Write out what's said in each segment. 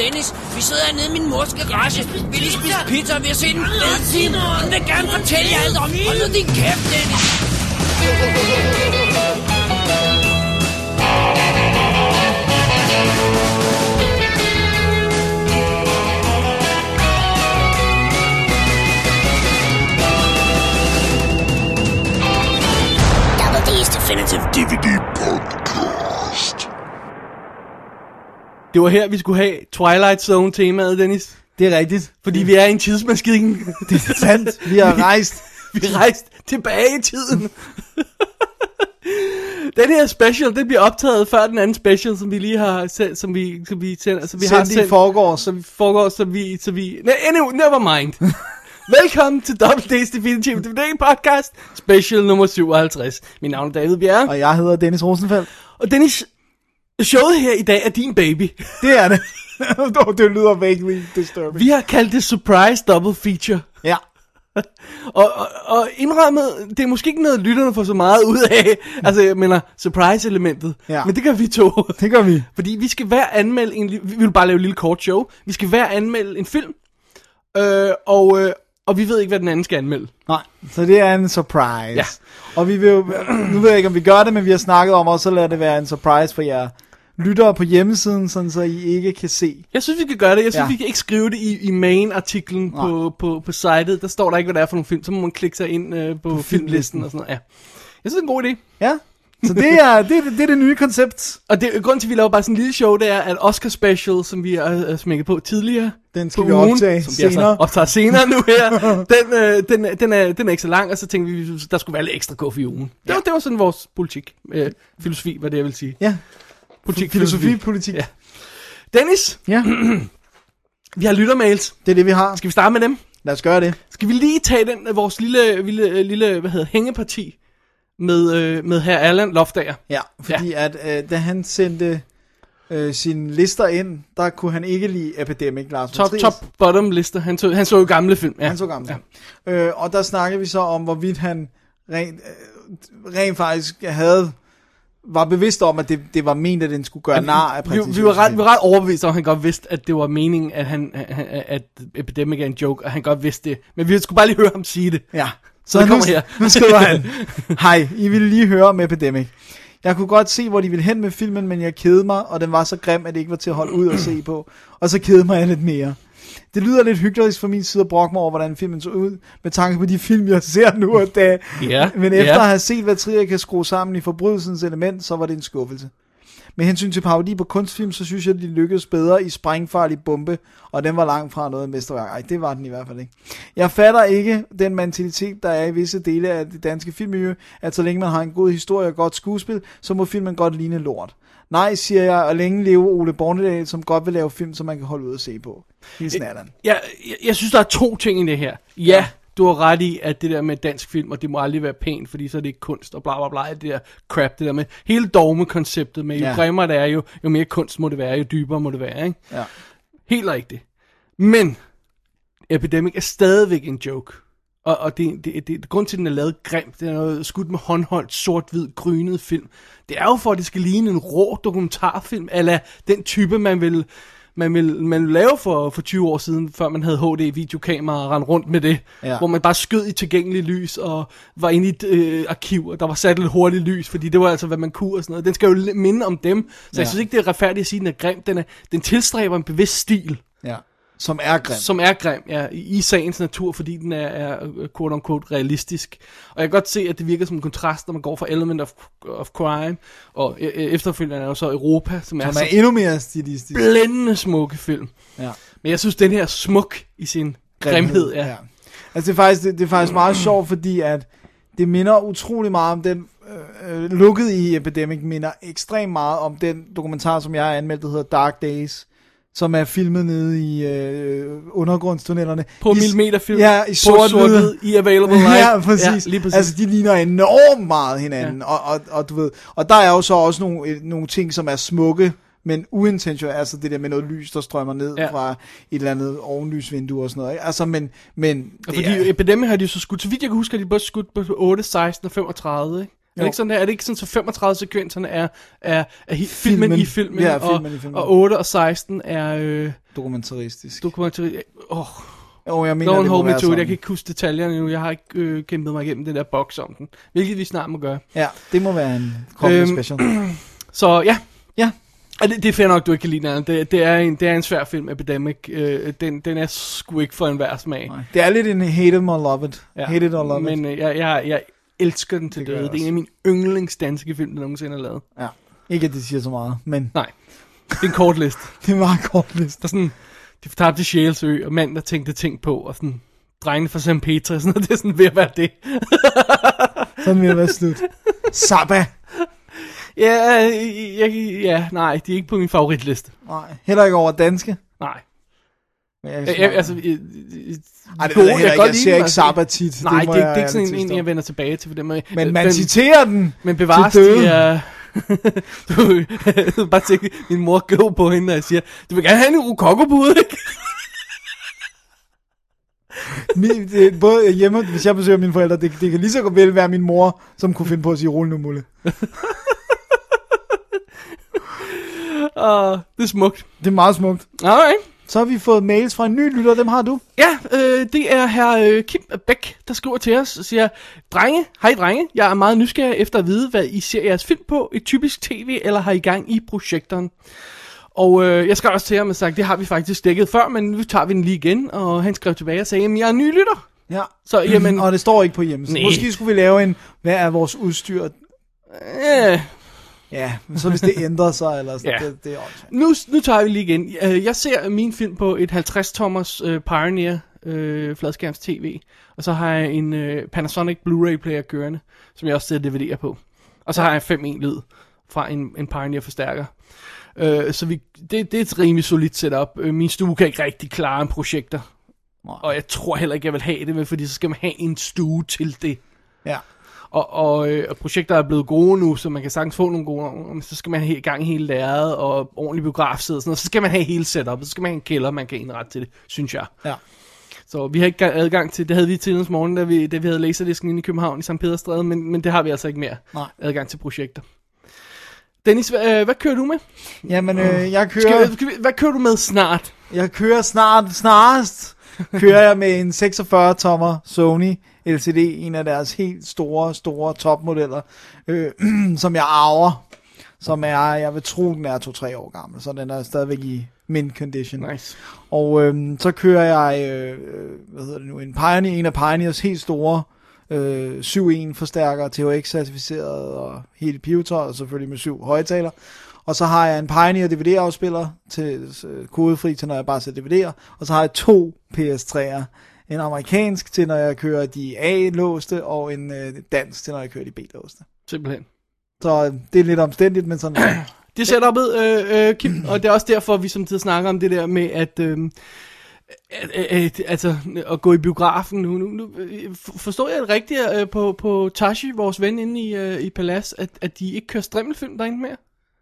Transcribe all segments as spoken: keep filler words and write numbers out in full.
Dennis, vi sidder hernede i min mors garage. Vi lige spise pizza, og vi har set en fed film. Hun vil gerne fortælle jer alt om. Hold nu din kæft, Dennis. Double D's Definitive D V D Podcast. Det var her, vi skulle have Twilight Zone-temaet, Dennis. Det er rigtigt. Fordi vi er i en tidsmaskine. Det er sandt. Vi har rejst. Vi har rejst tilbage i tiden. Den her special, det bliver optaget før den anden special, som vi lige har sendt, som vi, som vi sender, så vi Sendt har sendt i forgårs. Så vi forgår, så vi, så vi, ne, anyway, never mind. Velkommen til Double D's Definitive D V D Podcast, special nummer syvoghalvtreds. Mit navn er David Bjerre. Og jeg hedder Dennis Rosenfeldt. Og Dennis, showet her i dag er din baby. Det er det. Det lyder vaguely disturbing. Vi har kaldt det surprise double feature. Ja. og, og, og indrømmet, det er måske ikke noget, lytterne får så meget ud af. Altså, jeg mener, surprise-elementet. Ja. Men det gør vi to. Det gør vi. Fordi vi skal hver anmelde en... Vi vil bare lave et lille kort show. Vi skal hver anmelde en film. Øh, og, øh, og vi ved ikke, hvad den anden skal anmelde. Nej, så det er en surprise. Ja. Og vi vil, nu ved jeg ikke, om vi gør det, men vi har snakket om også, så lad det være en surprise for jer lyttere på hjemmesiden, sådan så I ikke kan se. Jeg synes, vi kan gøre det. Jeg synes, Ja. vi kan ikke skrive det i, i main-artiklen på, på, på sitet. Der står der ikke, hvad det er for nogle film. Så må man klikke sig ind øh, på, på filmlisten og sådan noget. Ja. Jeg synes, det er en god idé. Ja, så det er det, det, det, er det nye koncept. Og det, grunden til, at vi laver bare sådan en lille show, det er, at Oscar Special, som vi har uh, smækket på tidligere, Den skal på vi ugen, optage som vi altså senere. optager senere nu her, den, øh, den, den, er, den er ikke så lang, og så tænkte vi, der skulle være lidt ekstra kuffe i ugen. Det, Ja. var, det var sådan vores politik. Øh, filosofi, hvad det jeg vil sige. Ja, Politik, filosofi, politik. Ja. Dennis, Ja, vi har lyttermails. det er det, vi har. Skal vi starte med dem? Lad os gøre det. Skal vi lige tage den, øh, vores lille, lille, lille hvad hedder, hængeparti med, øh, med herr Allan Loftager? Ja, fordi ja. at øh, da han sendte øh, sine lister ind, der kunne han ikke lide Epidemic, Lars Top, Matthias. top, bottom lister. Han så, han så jo gamle film. Ja. Han så gammel. Ja. Øh, og der snakkede vi så om, hvorvidt han rent, øh, rent faktisk havde, var bevidst om, at det, det var ment, at den skulle gøre nar af vi, vi, præcision. var ret, vi var ret overbevist om, at han godt vidste, at det var meningen, at, han, at Epidemic er en joke, og han godt vidste det. Men vi skulle bare lige høre ham sige det. Ja, Så så det nu, kommer her. nu skriver han, hej, I ville lige høre om Epidemic. Jeg kunne godt se, hvor de ville hen med filmen, men jeg kedede mig, og den var så grim, at det ikke var til at holde ud og se på. Og så kedede mig jeg lidt mere. Det lyder lidt hyggeligt fra min side at brokke mig over, hvordan filmen så ud, med tanke på de film, jeg ser nu og da. Ja, Men efter ja. at have set, hvad Trier kan skrue sammen i forbrydelsens element, så var det en skuffelse. Med hensyn til parodi på kunstfilm, så synes jeg, at de lykkedes bedre i Sprængfarlig Bombe, og den var langt fra noget mesterværk. Ej, det var den i hvert fald ikke. Jeg fatter ikke den mentalitet, der er i visse dele af det danske filmmiljø, at så længe man har en god historie og godt skuespil, så må filmen godt ligne lort. Nej, siger jeg, og længe leve Ole Bornedal, som godt vil lave film, som man kan holde ud og se på. Hilsen Allan. Jeg, jeg, jeg synes, der er to ting i det her. Ja, du har ret i, at det der med dansk film, og det må aldrig være pænt, fordi så er det ikke kunst, og bla bla bla, det der crap, det der med hele dogme-konceptet med, jo Ja. grimmere det er, jo, jo mere kunst må det være, jo dybere må det være, ikke? Ja. Helt rigtigt. Men Epidemic er stadigvæk en joke. Og, og det, det, det, grund til, at den er lavet grimt, det er noget skudt med håndholdt, sort-hvid, grynet film. Det er jo for, at det skal ligne en rå dokumentarfilm, eller den type, man vil, man vil, man vil lave for, for tyve år siden, før man havde H D-videokamera og rendte rundt med det. Ja. Hvor man bare skød i tilgængelig lys, og var inde i et øh, arkiv, og der var sat lidt hurtigt lys, fordi det var altså, hvad man kunne og sådan noget. Den skal jo minde om dem, så ja. Jeg synes ikke, det er retfærdigt at sige, at den er grim. Den, er, den tilstræber en bevidst stil. Ja. Som er grim. Som er grim, ja, i, i sagens natur, fordi den er, er quote-unquote realistisk. Og jeg kan godt se, at det virker som en kontrast, når man går fra Element of, of Crime, og e- efterfølgende er jo så Europa, som er, Som så er endnu mere stilistisk. blændende smukke film. Ja. Men jeg synes, den her er smuk i sin grimhed. Ja. Ja. Altså det er faktisk, det, det er faktisk meget sjovt, fordi at det minder utrolig meget om den, øh, lukket i Epidemic, minder ekstremt meget om den dokumentar, som jeg har anmeldt, der hedder Dark Days, som er filmet nede i øh, undergrundstunnelerne. På I, millimeterfilm. Ja, i på sort sort i Available Light. Ja, præcis. Ja, lige præcis. Altså, de ligner enormt meget hinanden. Ja. Og, og, og, du ved, og der er jo så også nogle, nogle ting, som er smukke, men uintentionelt, altså det der med noget lys, der strømmer ned ja. fra et eller andet ovenlysvindue og sådan noget, ikke? Altså, men... men og fordi er... Epidemic har de så skudt, så vidt jeg kan huske, har de både skudt på otte, seksten og femogtredive, ikke? det ikke sådan der? Er det ikke sådan, så femogtredive sekvenserne er, er, er hi- filmen, Filmen. i filmen, Ja, og, filmen i filmen. og otte og seksten er øh, Dokumentaristisk. dokumentari... Åh, Jo, jeg mener, don't det må hold me være to it. Jeg sådan. kan ikke huske detaljerne nu. Jeg har ikke øh, kæmpet mig igennem den der boks om den. Hvilket vi snart må gøre. Ja, det må være en kommende Øhm, special. Så ja, Ja, og det, det er fair nok, du ikke kan lide den. Det, det, er en, det er en svær film, Epidemic. Øh, den, den er sgu ikke for enhver smag. nej. Det er lidt en hate it or love it. Ja. Hate it or love Men it. øh, jeg, jeg, jeg elsker den til Det gør døde. jeg Det er en af mine yndlings danske film, der nogensinde er lavet. Ja. Ikke at det siger så meget, men Nej, det er en kort liste. det er meget kort liste. Der er sådan, de fortabte Sjælsø, og mand, der tænkte ting på, og sådan, drengene fra Sankt Peter, og sådan noget, det er sådan ved at være det. Sådan vil det være slut. Sabba. Ja, jeg, ja, nej, de er ikke på min favoritliste. Nej, heller ikke over danske. Nej. Men jeg, Jeg, jeg, altså, jeg, Ej, det gode, ved jeg heller ikke. godt Jeg lide ser den, ikke altså. Sabba tit. Nej, det, må det, det er jeg ikke sådan ærligt en, en, tilstå. jeg vender tilbage til på den måde. Men Øh, man citerer den Men bevares, til døde. de er... du, du bare tænke, min mor glå på hende, og jeg siger, du vil gerne have en rokokobud, ikke? Min, det, både hjemme, hvis jeg besøger mine forældre, det, det kan lige så godt vel være min mor, som kunne finde på at sige, rulle nu, Mulle. Og det er smukt. Det er meget smukt. Alright. Så har vi fået mails fra en ny lytter, dem har du. Ja, øh, det er herr øh, Kim Bæk, der skriver til os og siger, drenge, hej drenge, jeg er meget nysgerrig efter at vide, hvad I ser jeres film på, et typisk tv, eller har I gang i projektoren? Og øh, jeg skrev også til ham og sagde, det har vi faktisk dækket før, men nu tager vi den lige igen, og han skrev tilbage og sagde, jamen jeg er en ny lytter. Ja. Så jamen, Og det står ikke på hjemmesiden. Nej. Måske skulle vi lave en, hvad er vores udstyr? øh, Ja, så hvis det ændrer sig, eller sådan, Ja. det, det er også. nu, nu tager vi lige igen. Øh, Jeg ser min film på et halvtreds tommers øh, Pioneer øh, fladskærms tv, og så har jeg en øh, Panasonic Blu-ray player kørende, som jeg også ser D V D'er på. Og så har jeg en fem en lyd fra en, en Pioneer forstærker. Øh, så vi, det, det er et rimelig solidt setup. Øh, min stue kan ikke rigtig klare en projektor. Nej. Og jeg tror heller ikke, jeg vil have det med, fordi så skal man have en stue til det. Ja. Og, og, øh, og projekter er blevet gode nu, så man kan sagtens få nogle gode, men så skal man have i gang hele lærredet og ordentlig biografsæde og sådan noget. Så skal man have hele setupet, så skal man have en kælder, man kan indrette til det, synes jeg. Ja. Så vi har ikke adgang til, det havde vi tidligere morgen, da vi, da vi havde laserdisken inde i København i Sankt Pederstræde, men, men det har vi altså ikke mere. Nej. Adgang til projekter. Dennis, hvad, øh, hvad kører du med? Jamen, øh, jeg kører... Skal, skal vi, hvad kører du med snart? Jeg kører snart, snarest, kører jeg med en seksogfyrre tommer Sony L C D, en af deres helt store, store topmodeller, øh, som jeg arver, som er, jeg vil tro, den er to-tre år gammel, så den er stadigvæk i mint condition. Nice. Og øh, så kører jeg, øh, hvad hedder det nu, en Pioneer, en af Pioneers helt store, øh, syv en forstærker, T H X-certificeret og helt pivetøj, og selvfølgelig med syv højtaler. Og så har jeg en Pioneer D V D-afspiller til øh, kodefri til, når jeg bare ser D V D'er. Og så har jeg to P S tre'er. En amerikansk til, når jeg kører de A-låste, og en øh, dansk til, når jeg kører de B-låste. Simpelthen. Så øh, det er lidt omstændigt, men sådan er det. Det sætter setupet, øh, øh, Kim, og det er også derfor, vi som tid snakker om det der med, at, øh, at, at, at altså, at gå i biografen nu. nu, nu forstår jeg det rigtigt øh, på, på Tashi, vores ven inde i, øh, i Palace, at, at de ikke kører strimmelfilm derinde mere?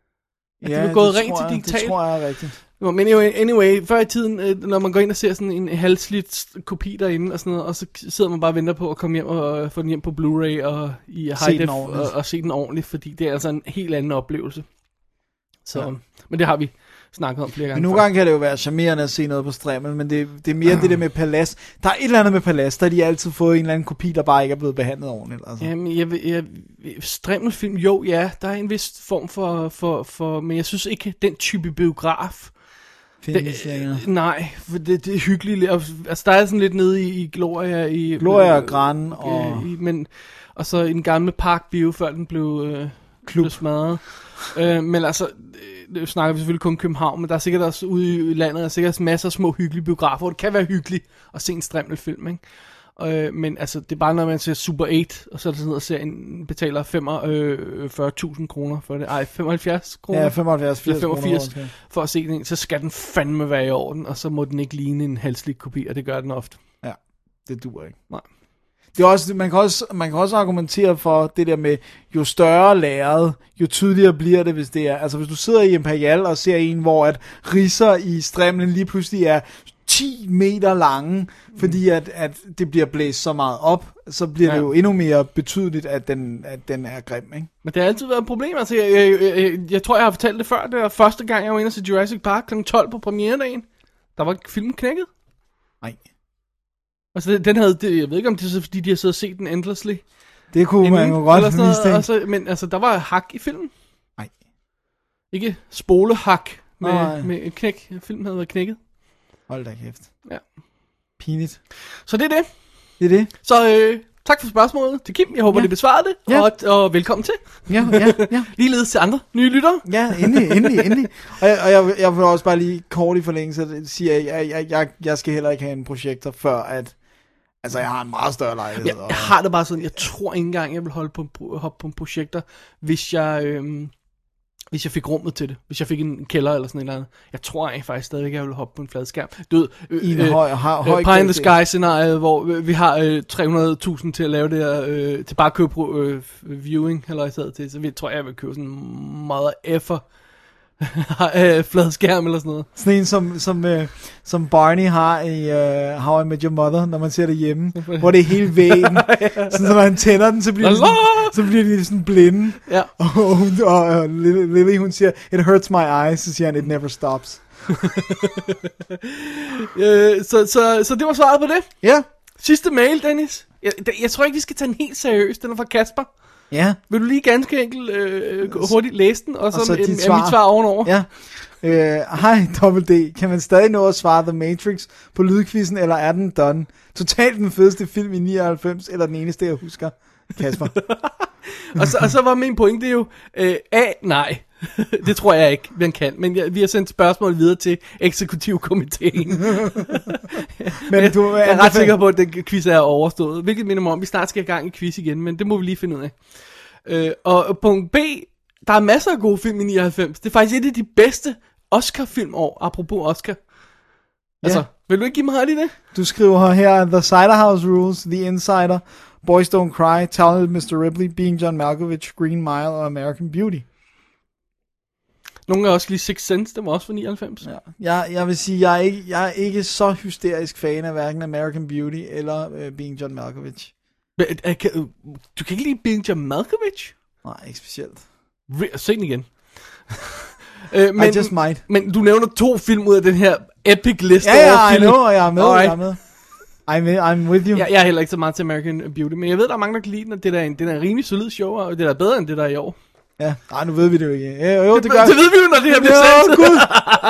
At Ja, de er gået det rent tror til jeg- digital? Det tror jeg er rigtigt. Nå, men anyway, anyway, før i tiden, øh, når man går ind og ser sådan en halvslidt kopi derinde og sådan noget, og så sidder man bare og venter på at komme hjem og øh, få den hjem på Blu-ray og i Se high den def ordentligt. og, og se den ordentligt, fordi det er altså en helt anden oplevelse. Så, Ja. men det har vi snakket om flere gange. Men nogle før. gange kan det jo være charmerende at se noget på streamen, men det, det er mere det der med Palace. Der er et eller andet med Palace, der har de altid fået en eller anden kopi, der bare ikke er blevet behandlet ordentligt. Altså. Jamen, jeg, jeg, strimmelfilm, jo, ja, der er en vis form for, for, for, men jeg synes ikke, den type biograf, Findes længere. nej, for det, det er hyggeligt. Altså, der er sådan lidt nede i, i Gloria, i, Gloria og Gran og... øh, i, men, og så i den gamle Park Bio, før den blev, øh, blev smadret. øh, men altså, øh, det snakker vi selvfølgelig kun København, men der er sikkert også ude i landet, der er sikkert masser af små hyggelige biografer, hvor det kan være hyggeligt at se en strimmelfilm, ikke? Øh, men altså, det er bare når man ser Super otte, og så er det sådan noget, og ser en, betaler femogfyrre tusind kroner for det. Ej, femoghalvfjerds kroner. Ja, femoghalvfjerds firs Eller femogfirs kroner, for at se den, så skal den fandme være i orden, og så må den ikke ligne en halslig kopi, og det gør den ofte. Ja, det duer ikke. Nej. Det er også, man, kan også, man kan også argumentere for det der med, jo større lærred, jo tydeligere bliver det, hvis det er. Altså hvis du sidder i Imperial og ser en, hvor at ridser i strimlen lige pludselig er ti meter lange, fordi at, at det bliver blæst så meget op, så bliver ja. det jo endnu mere betydeligt, at den, at den er grim, ikke? Men det har altid været et problem. Altså, jeg, jeg, jeg, jeg, jeg tror, jeg har fortalt det før. Det var første gang, jeg var inde og se Jurassic Park klokken tolv på premieredagen. Der var filmen knækket. Nej. Altså, den havde, det, jeg ved ikke, om det er så, fordi de har siddet og set den endlessly. Det kunne man jo godt mistænke. Så, men altså, der var hak i filmen. Nej. Ikke spolehak med, Nej. med et knæk. Filmen havde været knækket. Hold da kæft. Ja. Pinligt. Så det er det. Det er det. Så øh, tak for spørgsmålet til Kim. Jeg håber, ja. det besvarede det. Ja. Og, og velkommen til. Ja, ja, ja. Ligeledes til andre nye lyttere. Ja, endelig, endelig, endelig. Og, jeg, og jeg, jeg vil også bare lige kort i forlængelse sige, at jeg, jeg, jeg, jeg skal heller ikke have en projektor, før at... Altså, jeg har en meget større lejlighed. Jeg, jeg har det bare sådan, jeg tror ikke engang, jeg vil holde på en, hoppe på en projektor, hvis jeg... Øhm, Hvis jeg fik rummet til det. Hvis jeg fik en kælder eller sådan et eller andet. Jeg tror jeg faktisk stadigvæk, jeg ville hoppe på en fladskærm. Du ved, øh, I en øh, høj, høj, høj Pie in the Sky scenariet, hvor vi har øh, tre hundrede tusind til at lave det her, øh, til bare at købe øh, viewing, eller jeg sad til. Så vi tror jeg, jeg vil købe sådan en meget effer fladskærm eller sådan noget. Sådan en, som, som, øh, som Barney har i øh, How I Met Your Mother, når man ser det hjemme, hvor det er hele væggen. ja. Sådan, så når han tænder den, så bliver, det sådan, så bliver de sådan blinde. Ja. Og, hun, og, og Lily, hun siger, it hurts my eyes, så siger han, it never stops. øh, så, så, så det var svaret på det. Ja. Sidste mail, Dennis. Jeg, jeg tror ikke, vi skal tage den helt seriøst. Den er fra Kasper. Ja. Vil du lige ganske enkelt øh, hurtigt læse den, og så, og så er mit svar. svar ovenover? Ja. Hej, uh, Double D. Kan man stadig nå at svare The Matrix på lydquizzen, eller er den done? Totalt den fedeste film i nioghalvfems, eller den eneste, jeg husker? Kasper. og, så, og så var min pointe jo, øh, A, nej. det tror jeg ikke, man kan. Men jeg, vi har sendt spørgsmål videre til eksekutivkomiteen. men du, jeg er ret sikker på, at den quiz er overstået. Hvilket minder mig om, at vi snart skal i gang i quiz igen, men det må vi lige finde ud af. Øh, og punkt B, der er masser af gode film i nioghalvfems. Det er faktisk et af de bedste Oscar-filmår, apropos Oscar. Altså, ja. Vil du ikke give mig ret i det? Du skriver her, The Cider House Rules, The Insider, Boys Don't Cry, Talented mister Ripley, Being John Malkovich, Green Mile og American Beauty. Nogle af også lige Sixth Sense, det var også fra nioghalvfems. Ja. Jeg, jeg vil sige, jeg er, ikke, jeg er ikke så hysterisk fan af hverken American Beauty eller uh, Being John Malkovich. Men, uh, kan, uh, du kan ikke lide Being John Malkovich? Nej, ikke specielt. Re- Se den igen. uh, men, I just might. Men du nævner to film ud af den her epic liste ja, over ja, film. Ja, I know, jeg er med, jeg er med. I'm, I'm with you. Jeg, jeg er heller ikke så meget til American Beauty, men jeg ved, der er mange, der kan lide den. Det er en, det er en rimelig solid show, og det er bedre end det, der er i år. Ja, nej, nu ved vi det jo ikke. Ja, jo, det, det, gør det ved vi jo, når det her bliver sendt. Gud.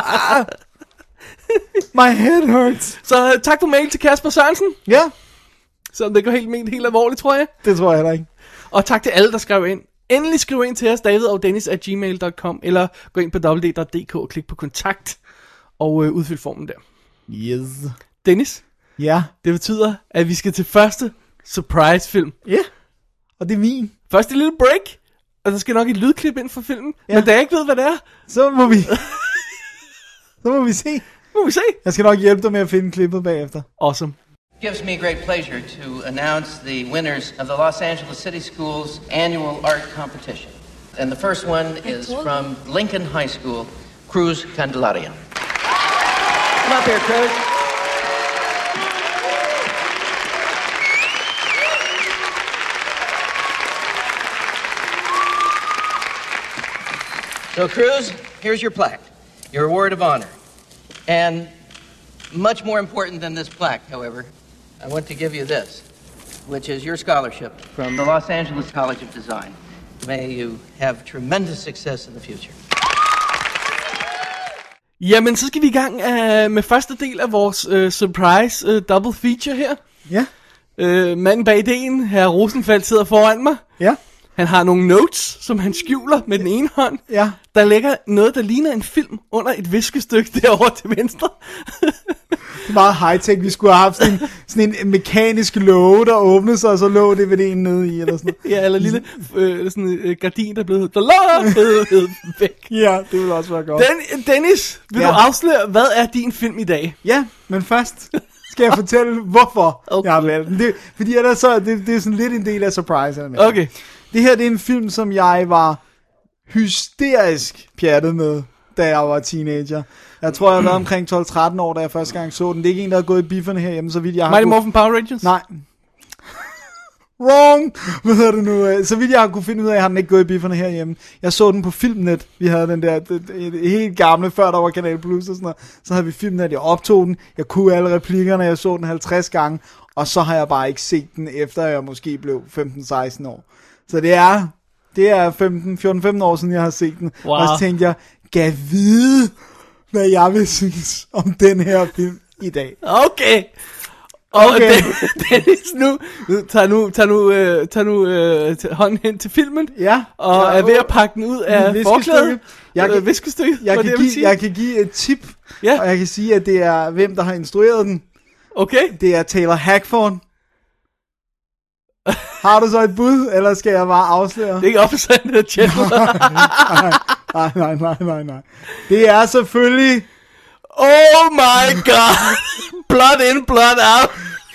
My head hurts. Så uh, tak for mail til Kasper Sørensen. Ja. Så det går helt ment helt alvorligt, tror jeg. Det tror jeg heller ikke. Og tak til alle, der skrev ind. Endelig skriv ind til os, David og Dennis at gmail punktum com, eller gå ind på w w w punktum d k og klik på kontakt, og uh, udfyld formen der. Yes. Dennis? Ja? Det betyder, at vi skal til første surprise-film. Ja, og det er min. Først et lille break, og der skal nok et lydklip ind fra filmen, ja. Men da jeg ikke ved, hvad det er, så må vi så må vi se. Må vi se. Jeg skal nok hjælpe dig med at finde klippet bagefter. Awesome. It gives me great pleasure to announce the winners of the Los Angeles City Schools annual art competition. And the first one is from Lincoln High School, Cruz Candelaria. Come up here, Cruz. So, Cruz, here's your plaque, your award of honor. And much more important than this plaque, however, I want to give you this, which is your scholarship from the Los Angeles College of Design. May you have tremendous success in the future. Jamen, så skal vi i gang uh, med første del af vores uh, surprise uh, double feature her. Ja. Uh, manden bag ideen, herr Rosenfeldt, sidder foran mig. Ja. Han har nogle notes, som han skjuler med den ene hånd. Ja. Der ligger noget, der ligner en film under et viskestykke derovre til venstre. Det er meget high-tech. Vi skulle have haft sådan en, sådan en mekanisk låge, der åbnede sig, og så lå D V D'en nede i. Eller sådan ja, eller lille øh, sådan en øh, gardin, der blev væk. Ja, det ville også være godt. Den, Dennis, vil ja. du afsløre, hvad er din film i dag? Ja, men først skal jeg fortælle, hvorfor okay. jeg har valgt den. Det, fordi er der så, det, det er sådan lidt en del af surprise. Okay. Det her, det er en film, som jeg var hysterisk pjattet med, da jeg var teenager. Jeg tror, jeg har været omkring tolv tretten år, da jeg første gang så den. Det er ikke en, der er gået i bifferne herhjemme, så vidt jeg har... Mighty Morphin Power Rangers? Nej. Wrong! Hvad hedder det nu? Så vidt jeg har kunne finde ud af, har den ikke gået i bifferne herhjemme. Jeg så den på Filmnet. Vi havde den der det, det, helt gamle, før der var Kanal Plus og sådan noget. Så havde vi Filmnet, jeg optog den. Jeg kunne alle replikkerne, jeg så den halvtreds gange. Og så har jeg bare ikke set den, efter jeg måske blev femten seksten år. Så det er, det er femten fjorten femten år siden, jeg har set den. Wow. Og så tænkte jeg, gav vide, hvad jeg vil synes om den her film i dag. Okay. Okay. Dennis, nu, tag nu, tag nu, uh, tag nu uh, hånden hen til filmen, ja, og ja, er ved at pakke den ud af forklædet. Jeg kan, viskestykke, jeg, kan give, jeg kan give et tip, ja. Og jeg kan sige, at det er, hvem der har instrueret den. Okay. Det er Taylor Hackford. Har du så et bud, eller skal jeg bare afsløre? Det er ikke opsat, det er tjent. nej, nej, nej, nej, nej. Det er selvfølgelig... Oh my god! Blood in, blood out!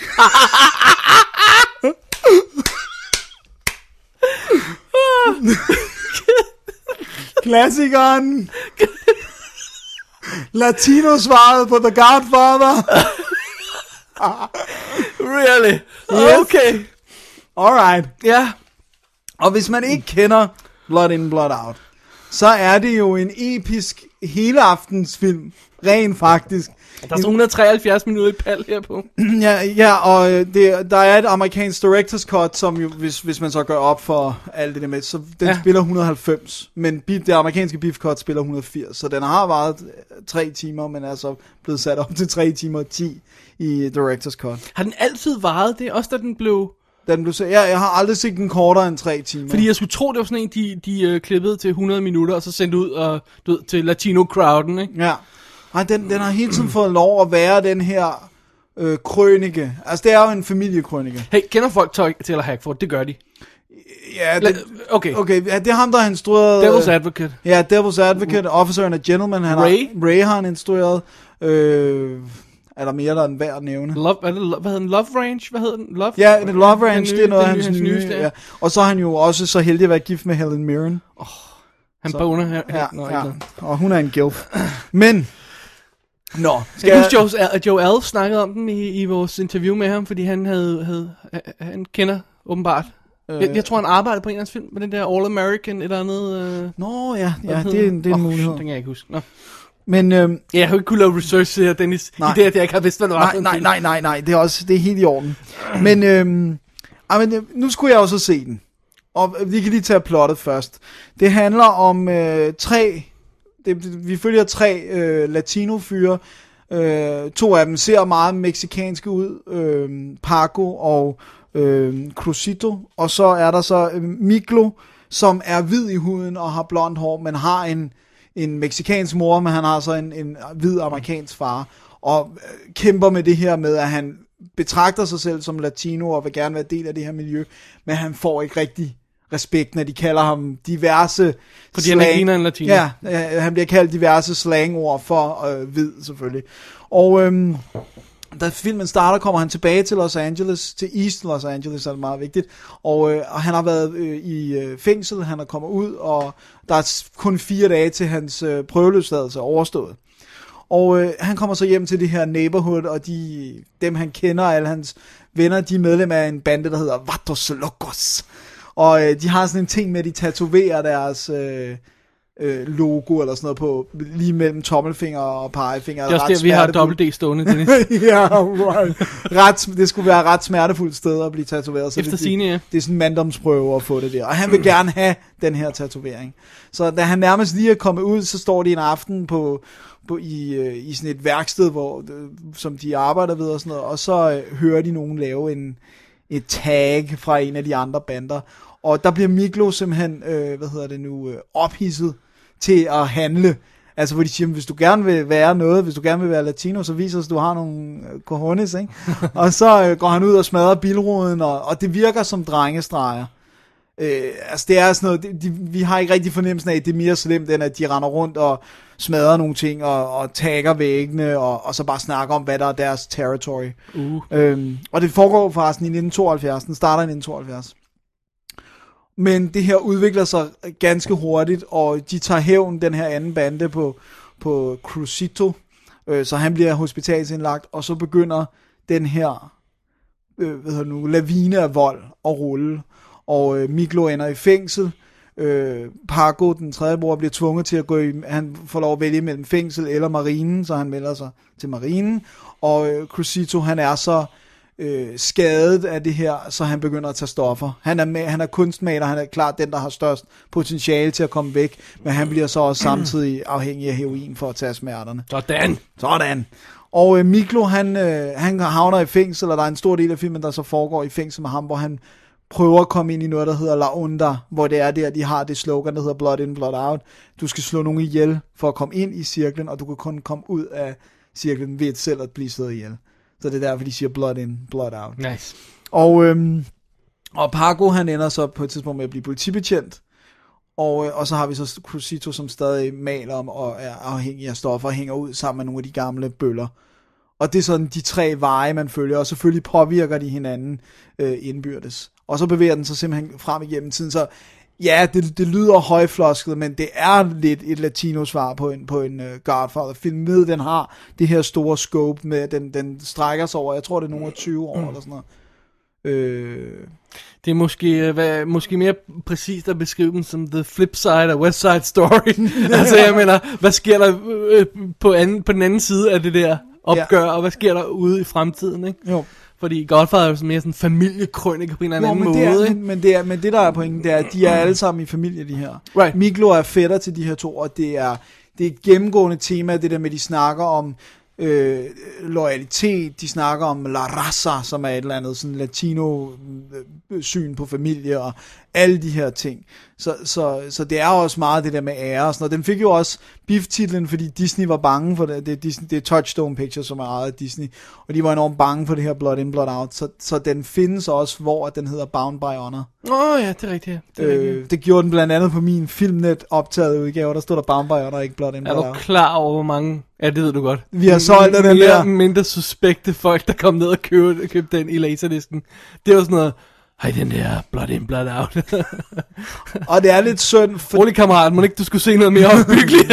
Klassikeren! Latino-svaret på The Godfather! Really? Yes. Okay. Alright. Ja. Yeah. Og hvis man ikke kender Blood in, blood out, så er det jo en episk helaftensfilm. Rent faktisk. Der er så et hundrede og treoghalvfjerds minutter i pal her på. Ja, ja, og det, der er et amerikansk director's cut, som jo, hvis, hvis man så gør op for alt det der med, så den ja. spiller et hundrede og halvfems, men det amerikanske beef cut spiller et hundrede og firs, så den har varet tre timer, men er så blevet sat op til tre timer og ti i director's cut. Har den altid varet det? Også da den blev... Den blev, ja, jeg har aldrig set den kortere end tre timer. Fordi jeg skulle tro, det var sådan en, de, de uh, klippede til hundrede minutter, og så sendte ud og, du ved, til latino-crowden, ikke? Ja. Nej, den, den har hele tiden fået lov at være den her øh, krønike. Altså, det er jo en familiekrønike. Hey, kender folk Taylor Hackford? Det gør de. Ja, det, okay. Okay, ja, det er ham, der har instrueret... Devil's Advocate. Ja, Devil's Advocate, Officer and a Gentleman. Han Ray. Har, Ray har han instrueret. Øh, er der mere, der er en værd at nævne? Love, er det, hvad hedder den? Love Range? Hvad hedder den? Love? Ja, det Love Range, nye, det er noget af hans nye. nye ja. Og så er han jo også så heldig at være gift med Helen Mirren. Oh, han boner her. Ja, Nå, ja. Og hun er en gilf. Men... Nå, skal jeg huske, Joe, Joe Alf snakkede om den i, i vores interview med ham, fordi han havde, havde han kender åbenbart. Øh, jeg, jeg tror, han arbejdede på en eller anden film med den der All American eller andet. Øh, Nå ja, ja det, er, det er en oh, mulighed. Den kan jeg ikke huske. Nå. Men øhm, ja, jeg har jo ikke kunnet lave research her, Dennis. Nej. I det, at jeg ikke har vidst, hvad det var. Nej, nej, nej, nej, nej, det er også det er helt i orden. Men, øhm, men nu skulle jeg også se den. Og vi kan lige tage plottet først. Det handler om øh, tre, det, vi følger tre øh, latino-fyre. Øh, to af dem ser meget mexikanske ud, øh, Paco og øh, Crucito, og så er der så øh, Miklo, som er hvid i huden og har blond hår, men har en, en mexikansk mor, men han har så en, en hvid amerikansk far, og øh, kæmper med det her med, at han betragter sig selv som latino og vil gerne være del af det her miljø, men han får ikke rigtig respekt, når de kalder ham diverse fordi slang. han er en latino. Ja, øh, han bliver kaldt diverse slangord for øh, hvid, selvfølgelig. Og øhm, da filmen starter, kommer han tilbage til Los Angeles, til East Los Angeles, er det meget vigtigt. Og, øh, og han har været øh, i øh, fængsel, han er kommet ud, og der er kun fire dage til hans øh, prøveløsladelse er overstået. Og øh, han kommer så hjem til det her neighborhood, og de, dem han kender, alle hans venner, de er medlem af en bande, der hedder Vatos Locos. Og øh, de har sådan en ting med, at de tatoverer deres øh, øh, logo eller sådan noget på, lige mellem tommelfinger og pegefinger. Det er også der, vi har dobbelt D stående, Dennis. Ja, right. Ret, det skulle være et ret smertefuldt sted at blive tatoveret. Så efter det, sine, ja. Det er sådan en manddomsprøve at få det der. Og han vil gerne have den her tatovering. Så da han nærmest lige er kommet ud, så står de en aften på... På, i, øh, i sådan et værksted, hvor, øh, som de arbejder ved og sådan noget, og så øh, hører de nogen lave en, et tag fra en af de andre bander, og der bliver Miklo simpelthen, øh, hvad hedder det nu, øh, ophidset til at handle, altså hvor de siger, hvis du gerne vil være noget, hvis du gerne vil være latino, så viser det, at du har nogle øh, cojones, ikke? Og så øh, går han ud og smadrer bilruden, og, og det virker som drengestreger. Øh, altså det er sådan noget, de, de, vi har ikke rigtig fornemmelsen af, at det er mere slemt, end at de render rundt og smadrer nogle ting, og, og tagger væggene, og, og så bare snakker om, hvad der er deres territory. Uh. Øhm, og det foregår forresten i nitten tooghalvfjerds, den starter i nitten tooghalvfjerds. Men det her udvikler sig ganske hurtigt, og de tager hævn, den her anden bande på, på Crucito, Øh, så han bliver hospitalsindlagt, og så begynder den her øh, hvad hedder nu, lavine af vold at rulle. Og øh, Miklo ender i fængsel. Øh, Paco, den tredje bror, bliver tvunget til at gå i, han får lov at vælge mellem fængsel eller marinen, så han melder sig til marinen. Og øh, Cruzito, han er så øh, skadet af det her, så han begynder at tage stoffer. Han er, med, han er kunstmaler, han er klart den, der har størst potentiale til at komme væk, men han bliver så også samtidig afhængig af heroin for at tage smerterne. Sådan. Sådan. Og øh, Miklo, han, øh, han havner i fængsel, og der er en stor del af filmen, der så foregår i fængsel med ham, hvor han prøver at komme ind i noget, der hedder La Onda, hvor det er der, de har det slogan, der hedder Blood in, Blood out. Du skal slå nogen ihjel for at komme ind i cirklen, og du kan kun komme ud af cirklen ved selv at blive slået ihjel. Så det er derfor, de siger Blood in, Blood out. Nice. Og, øhm, og Paco, han ender så på et tidspunkt med at blive politibetjent, og, øh, og så har vi så Cruzito, som stadig maler om og er afhængig af stoffer, og hænger ud sammen med nogle af de gamle bøller. Og det er sådan de tre veje, man følger, og selvfølgelig påvirker de hinanden øh, indbyrdes. Og så bevæger den sig simpelthen frem igennem tiden, så ja, det, det lyder højflosket, men det er lidt et latino-svar på en, på en uh, Godfather-film. Ved, den har det her store scope med, den, den strækker sig over, jeg tror det er nogle af tyve år, mm. eller sådan noget. Øh... Det er måske, hvad, måske mere præcist at beskrive den som the flip side af West Side Story. Altså jeg mener, hvad sker der øh, på, anden, på den anden side af det der opgør, ja. Og hvad sker der ude i fremtiden, ikke? Jo. Fordi Godfather er jo sådan mere sådan en familiekrønike på en eller anden jo, men måde. Det er, men, men, det er, men det der er pointen, det er, at de er alle sammen i familie, de her. Right. Miklo er fætter til de her to, og det er, det er et gennemgående tema, det der med, de snakker om øh, loyalitet, de snakker om la raza, som er et eller andet sådan latino øh, syn på familie, og alle de her ting. Så, så, så det er også meget det der med ære og sådan noget. Den fik jo også beef-titlen, fordi Disney var bange for det. Det er, Disney, det er Touchstone Pictures, som er ejet af Disney, og de var enormt bange for det her Blood in, Blood out. Så, så den findes også, hvor den hedder Bound by Honor. Åh oh, ja, det er rigtigt. Det, er øh, rigtigt. Det gjorde den blandt andet på min Filmnet optaget udgave, der stod der Bound by Honor, ikke Blood in, Blood out. Er du klar over, hvor mange... Ja, det ved du godt. Vi har solgt den mere, der. Mindre suspekte folk, der kom ned og købte, købte den i laserdisken. Det var sådan noget... Hej, den der Blood in, Blood out. Og det er lidt synd. For... Rolig kammerat, må ikke du skulle se noget mere opbyggeligt.